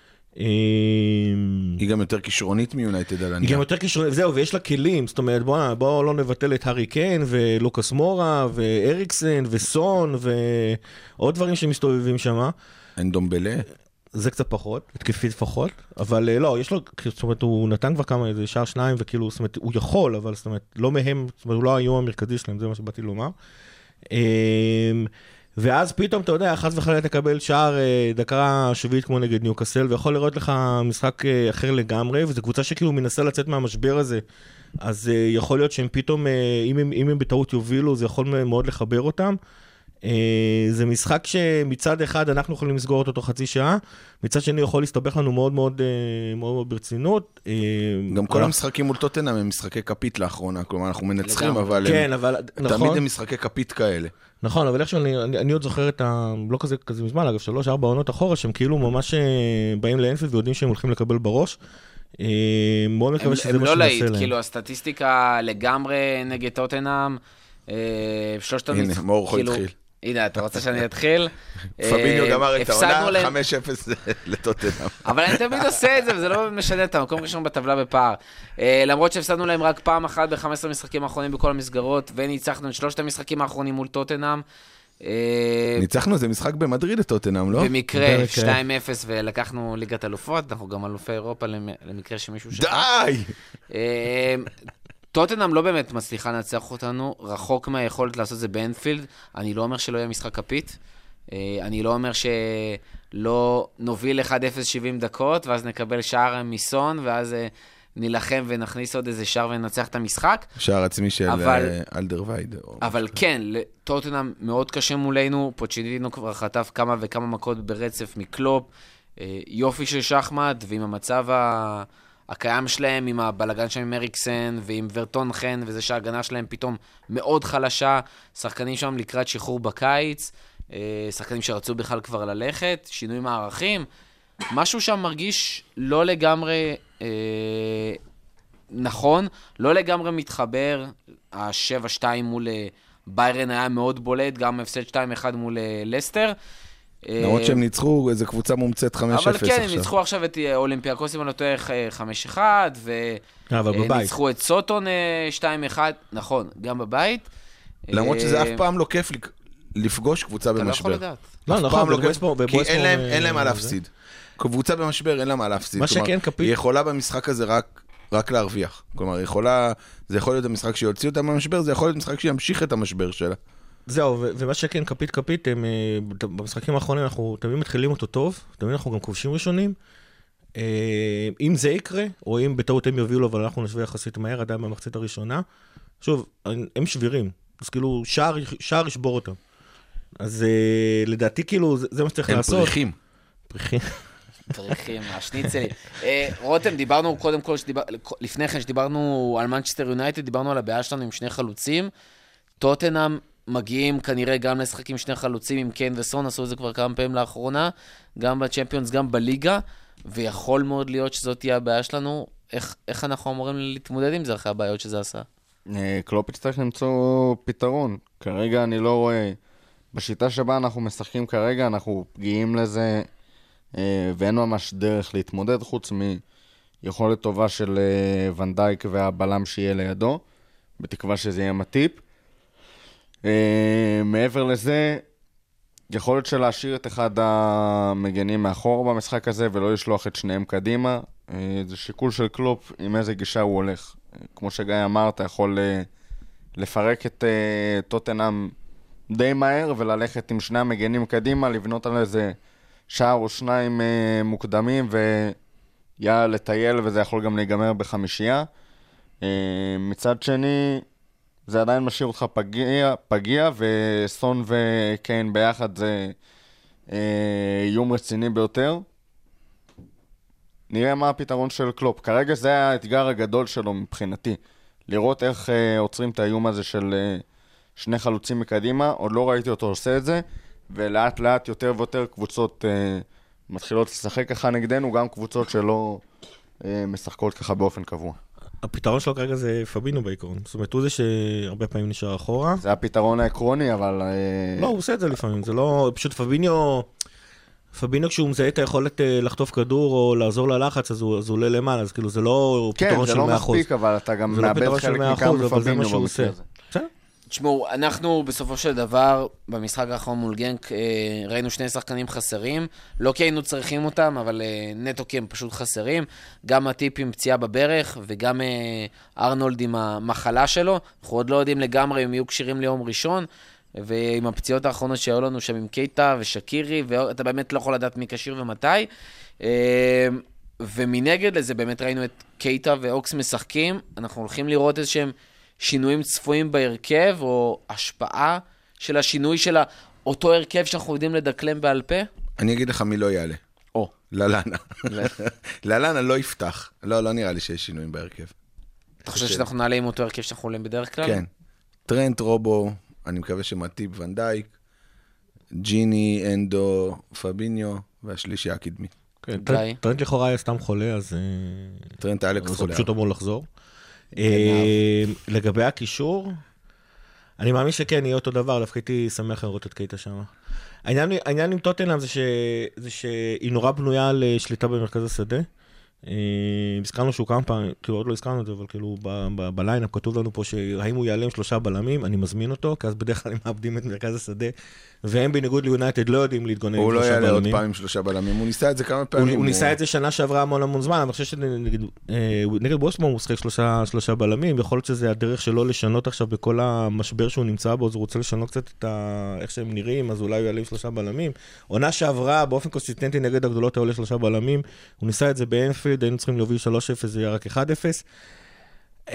היא גם יותר כישרונית מיונייטד על הנייר. היא גם יותר כישרונית, זהו, ויש לה כלים, זאת אומרת, בואו לא נבטל את הארי קיין, ולוקאס מורה, ואריקסן, וסון, ועוד דברים שמסתובבים שם. אין דומבלה. זה קצת פחות, התקפית פחות, אבל לא, יש לו, זאת אומרת, הוא נתן כבר כמה, איזה שער שניים, וכאילו, זאת אומרת, הוא יכול, אבל זאת אומרת, לא מהם, זאת אומרת, הוא לא האיום המרכזי שלהם, זה מה שבאתי לומר. ואז פתאום, אתה יודע, חס וחלילה תקבל שער דקה שביעית כמו נגד ניוקאסל, ויכול לראות לך משחק אחר לגמרי, וזו קבוצה שכאילו מנסה לצאת מהמשבר הזה, אז יכול להיות שהם פתאום, אם הם בטעות יובילו, זה יכול מאוד לחבר אותם. זה משחק שמצד אחד אנחנו יכולים לסגור אותו תוך חצי שעה, מצד שני יכול להסתבך לנו מאוד מאוד ברצינות. גם כל המשחקים מול טוטנהאם הם משחקי כפית לאחרונה, כלומר אנחנו מנצחים, אבל תמיד הם משחקי כפית כאלה. נכון, אבל איכשהו אני עוד זוכר את לא כזה מזמן, אגב 3-4 עונות אחורה, שהם כאילו ממש באים לאנפילד ויודעים שהם הולכים לקבל בראש. מאוד מקווה שזה מה שנעשה להם. כאילו הסטטיסטיקה לגמרי נגד טוטנהאם, הנה, מאור התחיל. הנה, אתה רוצה שאני אתחיל? פביניו גמר את העונה, 5-0 לטוטנהאם. אבל אני תמיד עושה את זה, וזה לא משנה את המקום ראשון בטבלה בפער. למרות שהפסדנו להם רק פעם אחת ב-15 משחקים האחרונים בכל המסגרות, וניצחנו את 3 המשחקים האחרונים מול טוטנהאם. ניצחנו, זה משחק במדריד את טוטנהאם, לא? במקרה, 2-0, ולקחנו ליגת אלופות, אנחנו גם אלופי אירופה למקרה שמישהו שכח. די! טוטנהאם לא באמת מצליחה לנצח אותנו, רחוק מהיכולת לעשות זה באנפילד. אני לא אומר שלא יהיה משחק כפית, אני לא אומר שלא נוביל 1-0 70 דקות, ואז נקבל שער מסון, ואז נלחם ונכניס עוד איזה שער וננצח את המשחק. שער עצמי של אלדרווייד. אבל כן, טוטנהאם מאוד קשה מולנו, פוצ'ינינו כבר חטף כמה וכמה מכות ברצף מקלופ, יופי של שחמט, ועם המצב הקיים שלהם, עם הבלגן שם עם אריקסן, ועם ורטון חן, וזה שההגנה שלהם פתאום מאוד חלשה, שחקנים שם לקראת שחרור בקיץ, שחקנים שרצו בכלל כבר ללכת, שינוי מערכים, משהו שם מרגיש לא לגמרי נכון, לא לגמרי מתחבר, ה-7-2 מול ביירן היה מאוד בולט, גם הפסד 2-1 מול לסטר, למרות שהם ניצחו איזו קבוצה מומצאת 5-0 עכשיו. אבל כן, הם ניצחו עכשיו את אולימפיאקוס, אם אני לא טועה 5-1, וניצחו את סוטון 2-1, נכון, גם בבית. למרות שזה אף פעם לא כיף לפגוש קבוצה במשבר. אתה לא יכול לדעת. לא, נכון, כי אין להם מה להפסיד. קבוצה במשבר אין לה מה להפסיד. מה שכן כפית. היא יכולה במשחק הזה רק להרוויח. כלומר, זה יכול להיות המשחק שיוציא אותה מהמשבר, זה יכול להיות משחק שימשיך את המשבר שלה. זהו, ומה שכן, כפית, במשחקים האחרונים אנחנו תמיד מתחילים אותו טוב, תמיד אנחנו גם כובשים ראשונים. אם זה יקרה, או אם בטעות הם יובילו, אבל אנחנו נשווה יחסית מהר, עדיין במחצית הראשונה, שוב, הם שבירים, אז כאילו, שער ישבור אותם. אז לדעתי, כאילו, זה מה שצריך לעשות. הם פריחים. פריחים, השניצלים. רותם, דיברנו קודם כל, לפני כן שדיברנו על מנצ'סטר יונייטד, דיברנו על הבעיה שלנו עם 2 חלוצים, טוטנהאם מגיעים כנראה גם לשחק עם 2 חלוצים, עם קיין וסון, עשו את זה כבר כמה פעמים לאחרונה, גם בצ'מפיונס, גם בליגה, ויכול מאוד להיות שזאת תהיה הבעיה שלנו. איך אנחנו אמורים להתמודד עם זה אחרי הבעיות שזה עשה? קלופ יצטרך למצוא פתרון. כרגע אני לא רואה, בשיטה שבה אנחנו משחקים כרגע, אנחנו פגיעים לזה, ואין ממש דרך להתמודד, חוץ מיכולת טובה של ונדייק והבלם שיהיה לידו, בתקווה שזה יהיה מטיפ. מעבר לזה, יכול להיות שלהשאיר את אחד המגנים מאחור במשחק הזה ולא לשלוח את שניהם קדימה, זה שיקול של קלופ עם איזה גישה הוא הולך. כמו שגיא אמר, אתה יכול לפרק את טוטנהאם די מהר וללכת עם 2 המגנים קדימה, לבנות על איזה שער או 2 מוקדמים ויאללה לטייל, וזה יכול גם להיגמר ב5. מצד שני, זה עדיין משאיר אותך פגיע, וסון וקיין ביחד זה איום רציני ביותר. נראה מה הפתרון של קלופ. כרגע זה האתגר הגדול שלו מבחינתי. לראות איך עוצרים את האיום הזה של 2 חלוצים מקדימה. עוד לא ראיתי אותו עושה את זה, ולאט לאט יותר ויותר קבוצות מתחילות לשחק ככה נגדנו, גם קבוצות שלא משחקות ככה באופן קבוע. הפתרון שלו כרגע זה פבינו בעיקרון. זאת אומרת, הוא זה שהרבה פעמים נשאר אחורה. זה הפתרון העקרוני, אבל לא, הוא עושה את זה לפעמים. זה לא, פשוט פבינו כשהוא מזהה את היכולת לחטוף כדור או לעזור ללחץ, אז הוא עולה למעלה. אז כאילו, זה לא פתרון של 100%. כן, זה לא מספיק, אבל אתה גם מאבד חלק מכמה בפבינו במקרה הזה. תשמעו, אנחנו בסופו של דבר, במשחק האחרון מול גנק, ראינו שני שחקנים חסרים, לא כי היינו צריכים אותם, אבל נטו כי הם פשוט חסרים, גם הטיפ עם פציעה בברך, וגם ארנולד עם המחלה שלו, אנחנו עוד לא יודעים לגמרי אם יהיו קשירים ליום ראשון, ועם הפציעות האחרונות שהיו לנו שם עם קייטה ושקירי, ואתה באמת לא יכול לדעת מי קשיר ומתי, ומנגד לזה באמת ראינו את קייטה ואוקס משחקים, אנחנו הולכים לראות איזשהם שינויים צפויים בהרכב, או השפעה של השינוי של אותו הרכב שאנחנו יודעים לדקלם בעל פה? אני אגיד לך מי לא יעלה. או. ללנה. ללנה לא יפתח. לא נראה לי שיש שינויים בהרכב. אתה חושב שאנחנו נעלה עם אותו הרכב שאנחנו עולים בדרך כלל? כן. טרנט, רובו, אני מקווה שמטיב ונדייק, ג'יני, אנדו, פביניו, והשלישי הקדמי. כן, טרנט לכאורה היה סתם חולה, אז... טרנט אלכס חולה. זה פשוט אמור לחזור. לגבי הקישור, אני מאמין שכן, יהיה אותו דבר, דווקא הייתי שמח לראות את קייטה שם. העניין עם טוטנהאם זה שהיא נורא בנויה לשליטה במרכז השדה. הזכרנו שהוא כמה פעמים, כאילו עוד לא הזכרנו את זה, אבל כאילו בליינאפ כתוב לנו פה שהאם הוא יעלה עם 3 בלמים, אני מזמין אותו, כי אז בדרך כלל הם מאבדים את מרכז השדה, והם בניגוד ליונייטד לא יודעים להתגונן עם 3 בלמים. הוא לא יעלה עוד פעם עם 3 בלמים, הוא ניסה את זה כמה פעמים. הוא ניסה את זה שנה שעברה המון זמן, אבל אני חושב שנגד בוסמון הוא שחק 3 בלמים, יכול להיות שזה הדרך שלו לשנות עכשיו בכל המשבר שהוא נמצא בו, אז הוא רוצה לשנות קצת את איך שהם נראים, אז אולי הוא יעלה עם 3 בלמים. עונה שעברה באופן קונסיסטנטי נגד הגדולות העולה 3 בלמים, הוא ניסה את זה באנפילד, היינו צריכים להוביל 3-0, זה היה רק 1-0.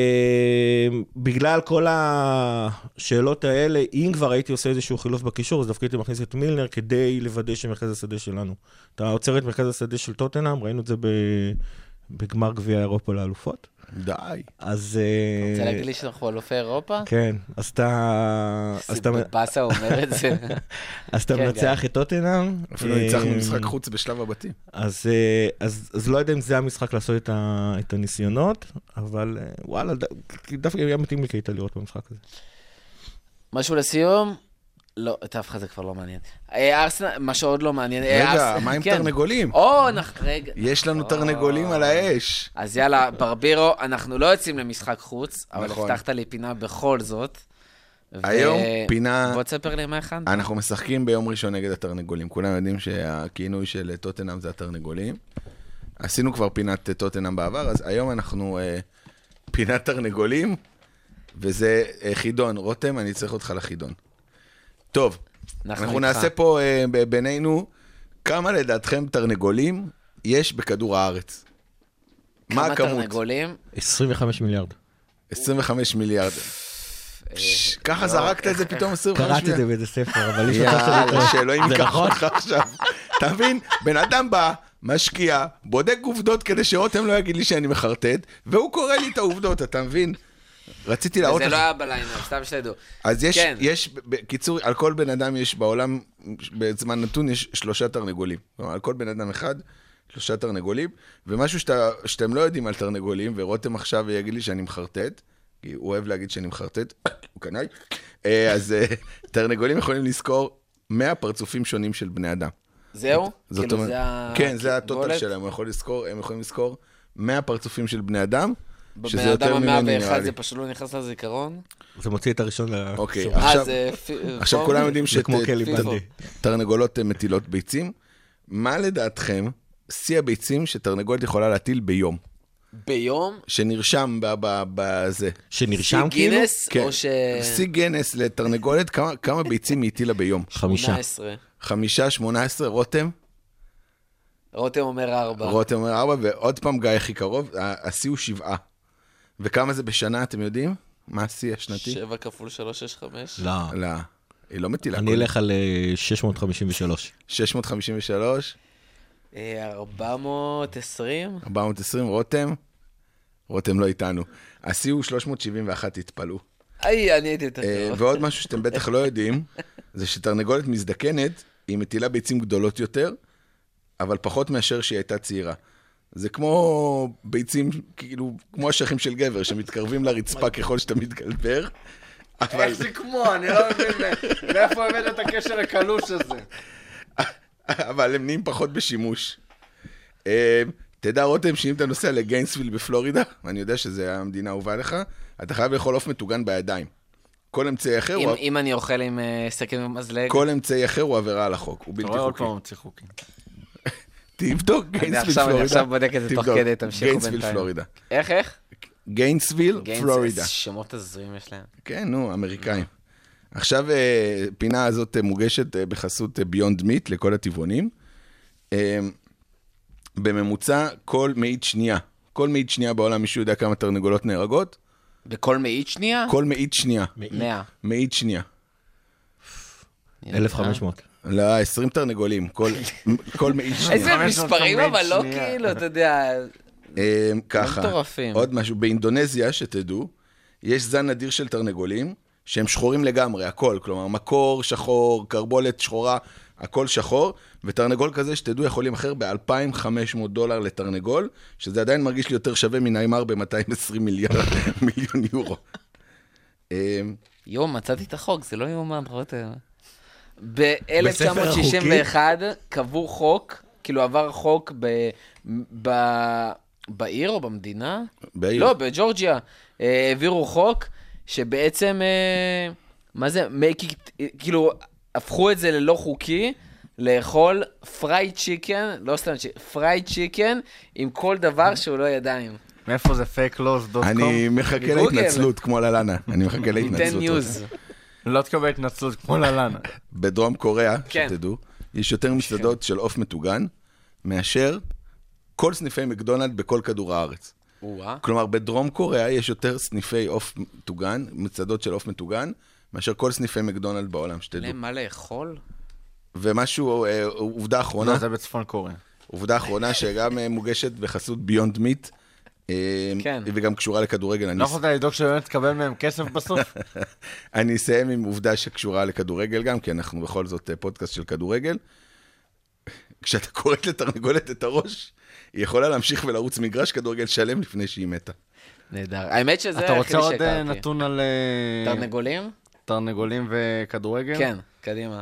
בגלל כל השאלות האלה, אם כבר הייתי עושה איזשהו חילוף בקישור, אז דווקא הייתי מכניס את מילנר כדי לוודא שמרכז השדה שלנו. אתה עוצר את מרכז השדה של טוטנהאם, ראינו את זה בגמר גביע אירופה לאלופות. די. אתה אז... רוצה להגיד לי שאנחנו אלופי אירופה? כן, אז אתה... באסה אומר את זה. אז אתה מנצח את טוטנהאם. אפילו ניצחנו משחק חוץ בשלב הבתים. אז לא יודע אם זה המשחק לעשות את הניסיונות, אבל וואלה, דווקא היה מתאים לי קייטה לראות במשחק הזה. משהו לסיום? לא, את אף אחד זה כבר לא מעניין. ארסנל, מה שעוד לא מעניין. רגע, מה עם תרנגולים? רגע. יש לנו תרנגולים על האש. אז יאללה, ברבירו, אנחנו לא יוצאים למשחק חוץ, אבל הבטחת לי פינה בכל זאת. היום פינה... בוא תספר לי מה הכנת. אנחנו משחקים ביום ראשון נגד התרנגולים. כולם יודעים שהכינוי של טוטנהאם זה התרנגולים. עשינו כבר פינת טוטנהאם בעבר, אז היום אנחנו פינת תרנגולים, וזה חידון. רותם, אני צריך אותך לחידון. טוב, אנחנו נעשה פה בינינו כמה לדעתכם תרנגולים יש בכדור הארץ. מה הכמות? כמה תרנגולים? 25 מיליארד. 25 מיליארד. ככה זרקת את זה פתאום 25 מיליארד. קראתי את זה באיזה ספר, אבל יש יאללה, שאלוהים ייקח אותך עכשיו. אתה מבין? בן אדם בא, משקיע, בודק עובדות כדי שרותם לא יגיד לי שאני מחרטט, והוא קורא לי את העובדות, אתה מבין? רציתי להראות... זה לא היה בליינאפ, סתם שתדעו. אז יש, בקיצור, על כל בן אדם יש בעולם, בזמן נתון יש 3 תרנגולים. על כל בן אדם אחד, 3 תרנגולים, ומשהו שאתם לא יודעים על תרנגולים, ורותם עכשיו יגיד לי שאני מחרטט, כי הוא אוהב להגיד שאני מחרטט, הוא קנאי, אז תרנגולים יכולים לזכור 100 פרצופים שונים של בני אדם. זהו? כאילו זה כן, זה הטוטל שלהם, הם יכולים לזכור 100 פרצופים של בני אדם, שזה יותר ממני נראה לי. זה פשוט לא נכנס לזיכרון? זה מוציא את הראשון אוקיי, עכשיו כולם יודעים שתרנגולות מטילות ביצים. מה לדעתכם שיא הביצים שתרנגולת יכולה להטיל ביום? ביום? שנרשם בזה. שנרשם כאילו? שיא גינס? כן. שיא גינס לתרנגולת, כמה ביצים היא הטילה ביום? 5. 5, 18, רותם? רותם אומר 4. רותם אומר 4, ועוד פעם גיא הכי קרוב, השיא הוא 7. וכמה זה בשנה, אתם יודעים? מה השיא השנתי? 7 כפול 3, 6, 5? לא. לא, היא לא מטילה. אני אלך על 653. 653? 420? 420, רותם? רותם לא איתנו. השיא הוא 371, התפלאו. אני הייתי יותר טוב. ועוד משהו שאתם בטח לא יודעים, זה שתרנגולת מזדקנת, היא מטילה ביצים גדולות יותר, אבל פחות מאשר שהיא הייתה צעירה. זה כמו ביצים, כאילו, כמו השכים של גבר, שמתקרבים לרצפה ככל שאתה מתגלבר. איך זה כמו? אני לא מבין מאיפה הבאת את הקשר הקלוש הזה. אבל הם נהיים פחות בשימוש. תדע רותם, שאם אתה נוסע לגיינסוויל בפלורידה, ואני יודע שזה המדינה האהובה לך, אתה חייב לאכול עוף מטוגן בידיים. כל אמצעי אחר אם אני אוכל עם סכין ומזלג. כל אמצעי אחר הוא עבירה על החוק, הוא בלתי רואה עוד חוקי. פעם מציא חוקים. תבדוק, גיינסוויל, פלורידה. אני עכשיו בודק את זה תוך כדי, תמשיכו גיינסוויל, בינתיים. פלורידה. איך? גיינסוויל, פלורידה. שמות הזויים יש להם. כן, נו, אמריקאים. עכשיו, פינה הזאת מוגשת בחסות ביונד מיט לכל הטבעונים. בממוצע, כל מאית שנייה בעולם, מישהו יודע כמה תרנגולות נהרגות? בכל מאית שנייה? כל מאית שנייה. 100. מאית שנייה. 1,500. לא, 20 תרנגולים, כל מאית שנייה. איזה מספרים, אבל לא כאילו, אתה יודע... ככה, מטורפים. עוד משהו, באינדונזיה, שתדעו, יש זן נדיר של תרנגולים, שהם שחורים לגמרי, הכל, כלומר, מקור שחור, קרבולת שחורה, הכל שחור, ותרנגול כזה, שתדעו, יכול להימכר $2,500 לתרנגול, שזה עדיין מרגיש לי יותר שווה מניימר ב-220 מיליון יורו. מצאתי את החוק, זה לא יאומן, ב-1961 קבעו חוק, כאילו עבר חוק בעיר או במדינה? בעיר. לא, בג'ורג'יה. העבירו חוק שבעצם, מה זה? כאילו, הפכו את זה ללא חוקי, לאכול פרייד צ'יקן, לא סתם פרייד צ'יקן, עם כל דבר שהוא לא ידיים. מאיפה זה fakelose.com? אני מחכה להתנצלות כמו ללנה. אני מחכה ניתן להתנצלות. ניוז. לא תקבל התנצלות כמו ללנה. בדרום קוריאה, כן. שתדעו, יש יותר מסעדות של עוף מטוגן, מאשר כל סניפי מקדונלד בכל כדור הארץ. כלומר, בדרום קוריאה יש יותר סניפי עוף מטוגן, מצדות של עוף מטוגן, מאשר כל סניפי מקדונלד בעולם, שתדעו. מה לאכול? ומשהו, עובדה אחרונה, לא, זה בצפון קוריאה. עובדה אחרונה שגם מוגשת בחסות ביונד מיט, כן. וגם קשורה לכדורגל. לא יכולת לדאוג שבאמת תקבל מהם כסף בסוף? אני אסיים עם עובדה שקשורה לכדורגל גם, כי אנחנו בכל זאת פודקאסט של כדורגל. כשאתה קוראת לתרנגולת את הראש, היא יכולה להמשיך ולרוץ מגרש כדורגל שלם לפני שהיא מתה. נהדר. האמת שזה אתה רוצה הכי עוד שהכרתי. נתון על תרנגולים? תרנגולים וכדורגל? כן, קדימה.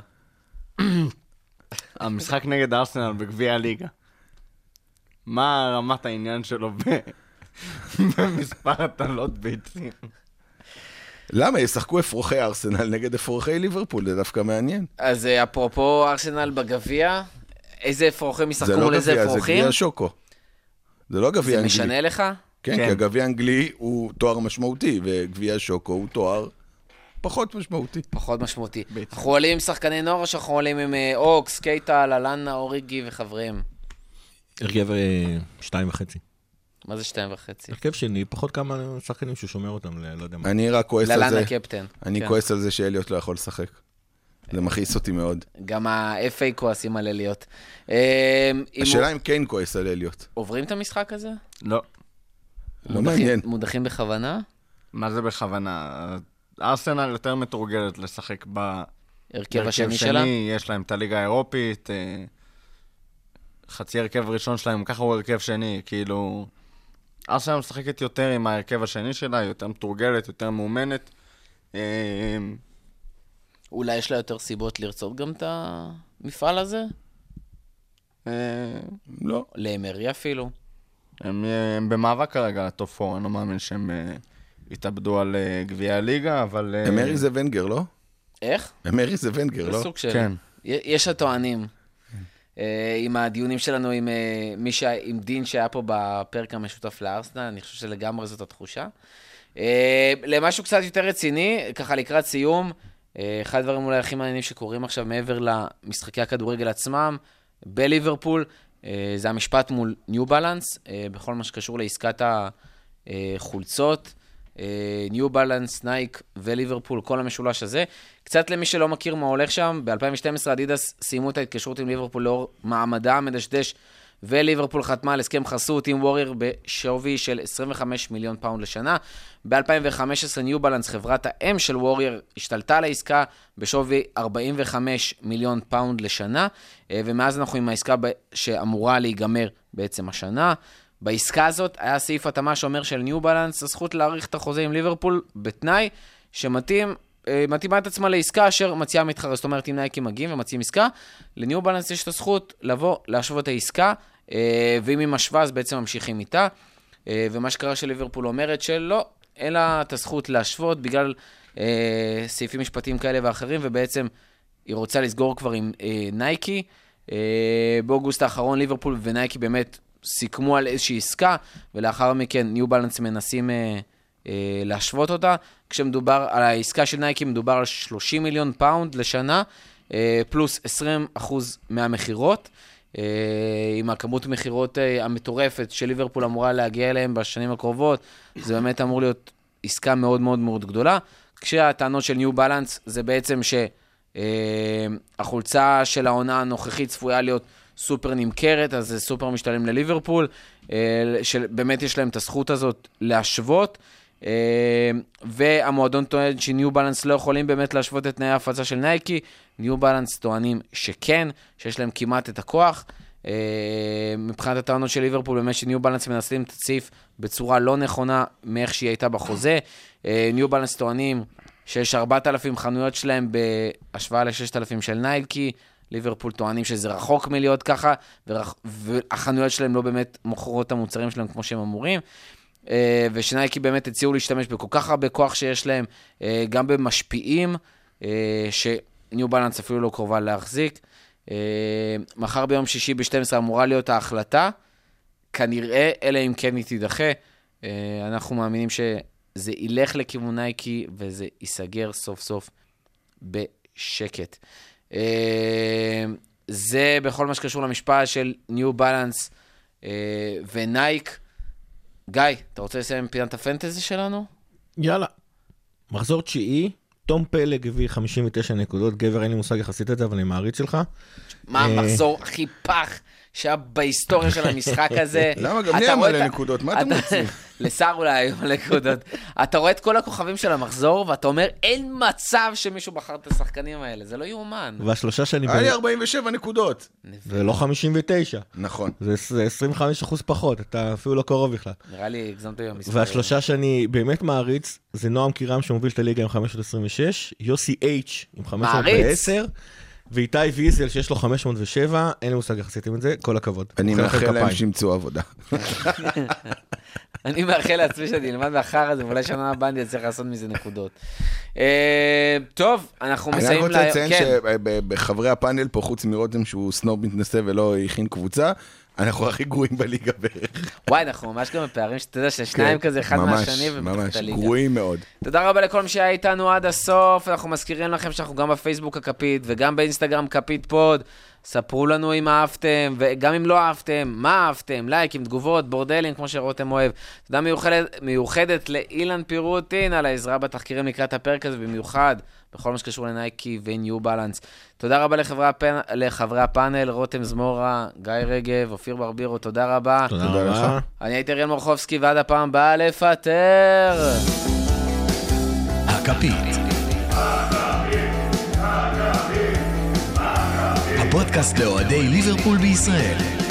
המשחק נגד ארסנל בגביע הליגה. מה רמת העניין שלו במספר הטלות ביצים? למה? ישחקו אפרוחי ארסנל נגד אפרוחי ליברפול, זה דווקא מעניין. אז אפרופו ארסנל בגביע, איזה אפרוחים זה ישחקו לא מול איזה גביע, זה אפרוחים? גביע שוקו. זה לא גביע זה אנגלי. משנה לך? כן, כי הגביע האנגלי הוא תואר משמעותי, וגביע שוקו הוא תואר פחות משמעותי. פחות משמעותי. אנחנו עולים עם שחקני נוער, או שאנחנו עולים עם אוקס, קייטה, ללנה, אוריגי וחבריהם? הרכב 2.5. מה זה 2.5? הרכב שני, פחות כמה שחקנים ששומר אותם, לא יודע מה. אני רק כועס על זה. ללנה קפטן. אני כן. כועס על זה שאליוט לא יכול לשחק. זה מכעיס אותי מאוד. גם ה-FA כועסים על אליות. השאלה אם כן כועס על אליוט. עוברים את המשחק הזה? לא. לא מעניין. מודחים בכוונה? מה זה בכוונה? ארסנל יותר מתורגלת לשחק הרכב השני שלה? יש להם את הליגה האירופית, חצי הרכב ראשון שלהם, ככה הוא הרכב שני, כאילו... ארסנל משחקת יותר עם ההרכב השני שלה, יותר מתורגלת, יותר מאומנת. אולי יש לה יותר סיבות לרצות גם את המפעל הזה? לא. לאמרי אפילו. הם במאבק כרגע לטופ 4, אני לא מאמין שהם התאבדו על גביע הליגה, אבל... אמרי זה ונגר, לא? איך? אמרי זה ונגר, לא? זה סוג של... כן. יש הטוענים. עם הדיונים שלנו עם דין שהיה פה בפרק המשותף לארסנל, אני חושב שלגמרי זאת התחושה. למשהו קצת יותר רציני, ככה לקראת סיום, אחד הדברים אולי הכי מעניינים שקורים עכשיו מעבר למשחקי הכדורגל עצמם, בליברפול, זה המשפט מול ניו בלנס, בכל מה שקשור לעסקת החולצות, ניו בלנס, נייק וליברפול, כל המשולש הזה. קצת למי שלא מכיר מה הולך שם, ב-2012 אדידס סיימו את ההתקשרות עם ליברפול לאור מעמדה המדשדש, וליברפול חתמה על הסכם חסות עם וורייר בשווי של 25 מיליון פאונד לשנה. ב-2015 ניו בלנס, חברת האם של וורייר, השתלטה על העסקה בשווי 45 מיליון פאונד לשנה, ומאז אנחנו עם העסקה שאמורה להיגמר בעצם השנה. בעסקה הזאת היה סעיף התאמה שאומר של ניו בלנס, הזכות להאריך את החוזה עם ליברפול בתנאי מתאימה את עצמה לעסקה אשר מציעה מתחרה. זאת אומרת, אם נייקי מגיעים ומציעים עסקה, לניו בלנס יש את הזכות לבוא, להשוות את העסקה, ואם היא משווה, אז בעצם ממשיכים איתה. ומה שקרה שליברפול אומרת שלא, אין לה את הזכות להשוות, בגלל סעיפים משפטיים כאלה ואחרים, ובעצם היא רוצה לסגור כבר עם נייקי. באוגוסט האחרון ליברפול ונייקי באמת סיכמו על איזושהי עסקה, ולאחר מכן ניו בלנס מנסים להשוות אותה. כשמדובר על העסקה של נייקי, מדובר על 30 מיליון פאונד לשנה, פלוס 20% מהמחירות. עם הכמות מחירות המטורפת של ליברפול אמורה להגיע אליהם בשנים הקרובות, זה באמת אמור להיות עסקה מאוד מאוד מאוד גדולה. כשהטענות של ניו בלנס זה בעצם שהחולצה של העונה הנוכחית צפויה להיות סופר נמכרת, אז זה סופר משתלם לליברפול, שבאמת יש להם את הזכות הזאת להשוות, והמועדון טוען שניו בלנס לא יכולים באמת להשוות את תנאי ההפצה של נייקי. ניו בלנס טוענים שכן, שיש להם כמעט את הכוח. מבחינת הטענות של ליברפול, באמת שניו בלנס מנסים את הסעיף בצורה לא נכונה מאיך שהיא הייתה בחוזה. ניו בלנס טוענים שיש 4,000 חנויות שלהם בהשוואה ל-6,000 של נייקי. ליברפול טוענים שזה רחוק מלהיות ככה, והחנויות שלהם לא באמת מוכרות את המוצרים שלהם כמו שהם אמורים. ושנייקי באמת הציעו להשתמש בכל כך הרבה כוח שיש להם, גם במשפיעים, שניו בלנס אפילו לא קרובה להחזיק. מחר ביום שישי ב-12 אמורה להיות ההחלטה, כנראה, אלא אם כן היא תידחה. אנחנו מאמינים שזה ילך לכיוון נייקי, וזה ייסגר סוף סוף בשקט. זה בכל מה שקשור למשפט של ניו בלנס ונייק. גיא, אתה רוצה לסיים פינת הפנטזי שלנו? יאללה. מחזור 9, תום פלג הביא 59 נקודות, גבר, אין לי מושג יחסית את זה, אבל אני מעריץ שלך. מה המחזור הכי פח שהיה בהיסטוריה של המשחק הזה? למה? גם לי היה מלא נקודות, מה אתם רוצים? לשר אולי היו מלא נקודות. אתה רואה את כל הכוכבים של המחזור, ואתה אומר, אין מצב שמישהו בחר את השחקנים האלה, זה לא יאומן. והשלושה שאני... היה לי 47 נקודות. זה לא 59. נכון. זה 25% פחות, אתה אפילו לא קרוב בכלל. נראה לי, הגזמת היום מספר. והשלושה שאני באמת מעריץ, זה נועם קירם שמוביל את הליגה עם 526, יוסי H עם 510, ואיתי ויזל שיש לו 507, אין לי מושג יחסית עם את זה, כל הכבוד. אני מאחל להם שימצאו עבודה. אני מאחל לעצמי שאני אלמד מאחר הזה, ואולי שנה הבאה אני אצליח לעשות מזה נקודות. טוב, אנחנו מסיים... אני רק רוצה לציין שבחברי הפאנל פה, חוץ מרותם שהוא סנוב מתנסה ולא הכין קבוצה, אנחנו הכי גרועים בליגה בערך. וואי, אנחנו ממש גם בפערים שאתה יודע ששניים כזה אחד מהשני ממש, גרועים מאוד. תודה רבה לכל מי שהיה איתנו עד הסוף. אנחנו מזכירים לכם שאנחנו גם בפייסבוק הכפית וגם באינסטגרם כפית פוד. ספרו לנו אם אהבתם, וגם אם לא אהבתם, מה אהבתם, לייקים, תגובות, בורדלים, כמו שרותם אוהב. תודה מיוחדת לאילן פירוטין על העזרה בתחקירים לקראת הפרק הזה, במיוחד בכל מה שקשור לנייקי וניו בלנס. תודה רבה לחברי הפאנל, רותם זמורה, גיא רגב, אופיר ברבירו, תודה רבה. תודה רבה. אני הייתי אריאל מורחובסקי, ועד הפעם הבאה לפטר. הכפית. הפודקאסט לאוהדי ליברפול בישראל.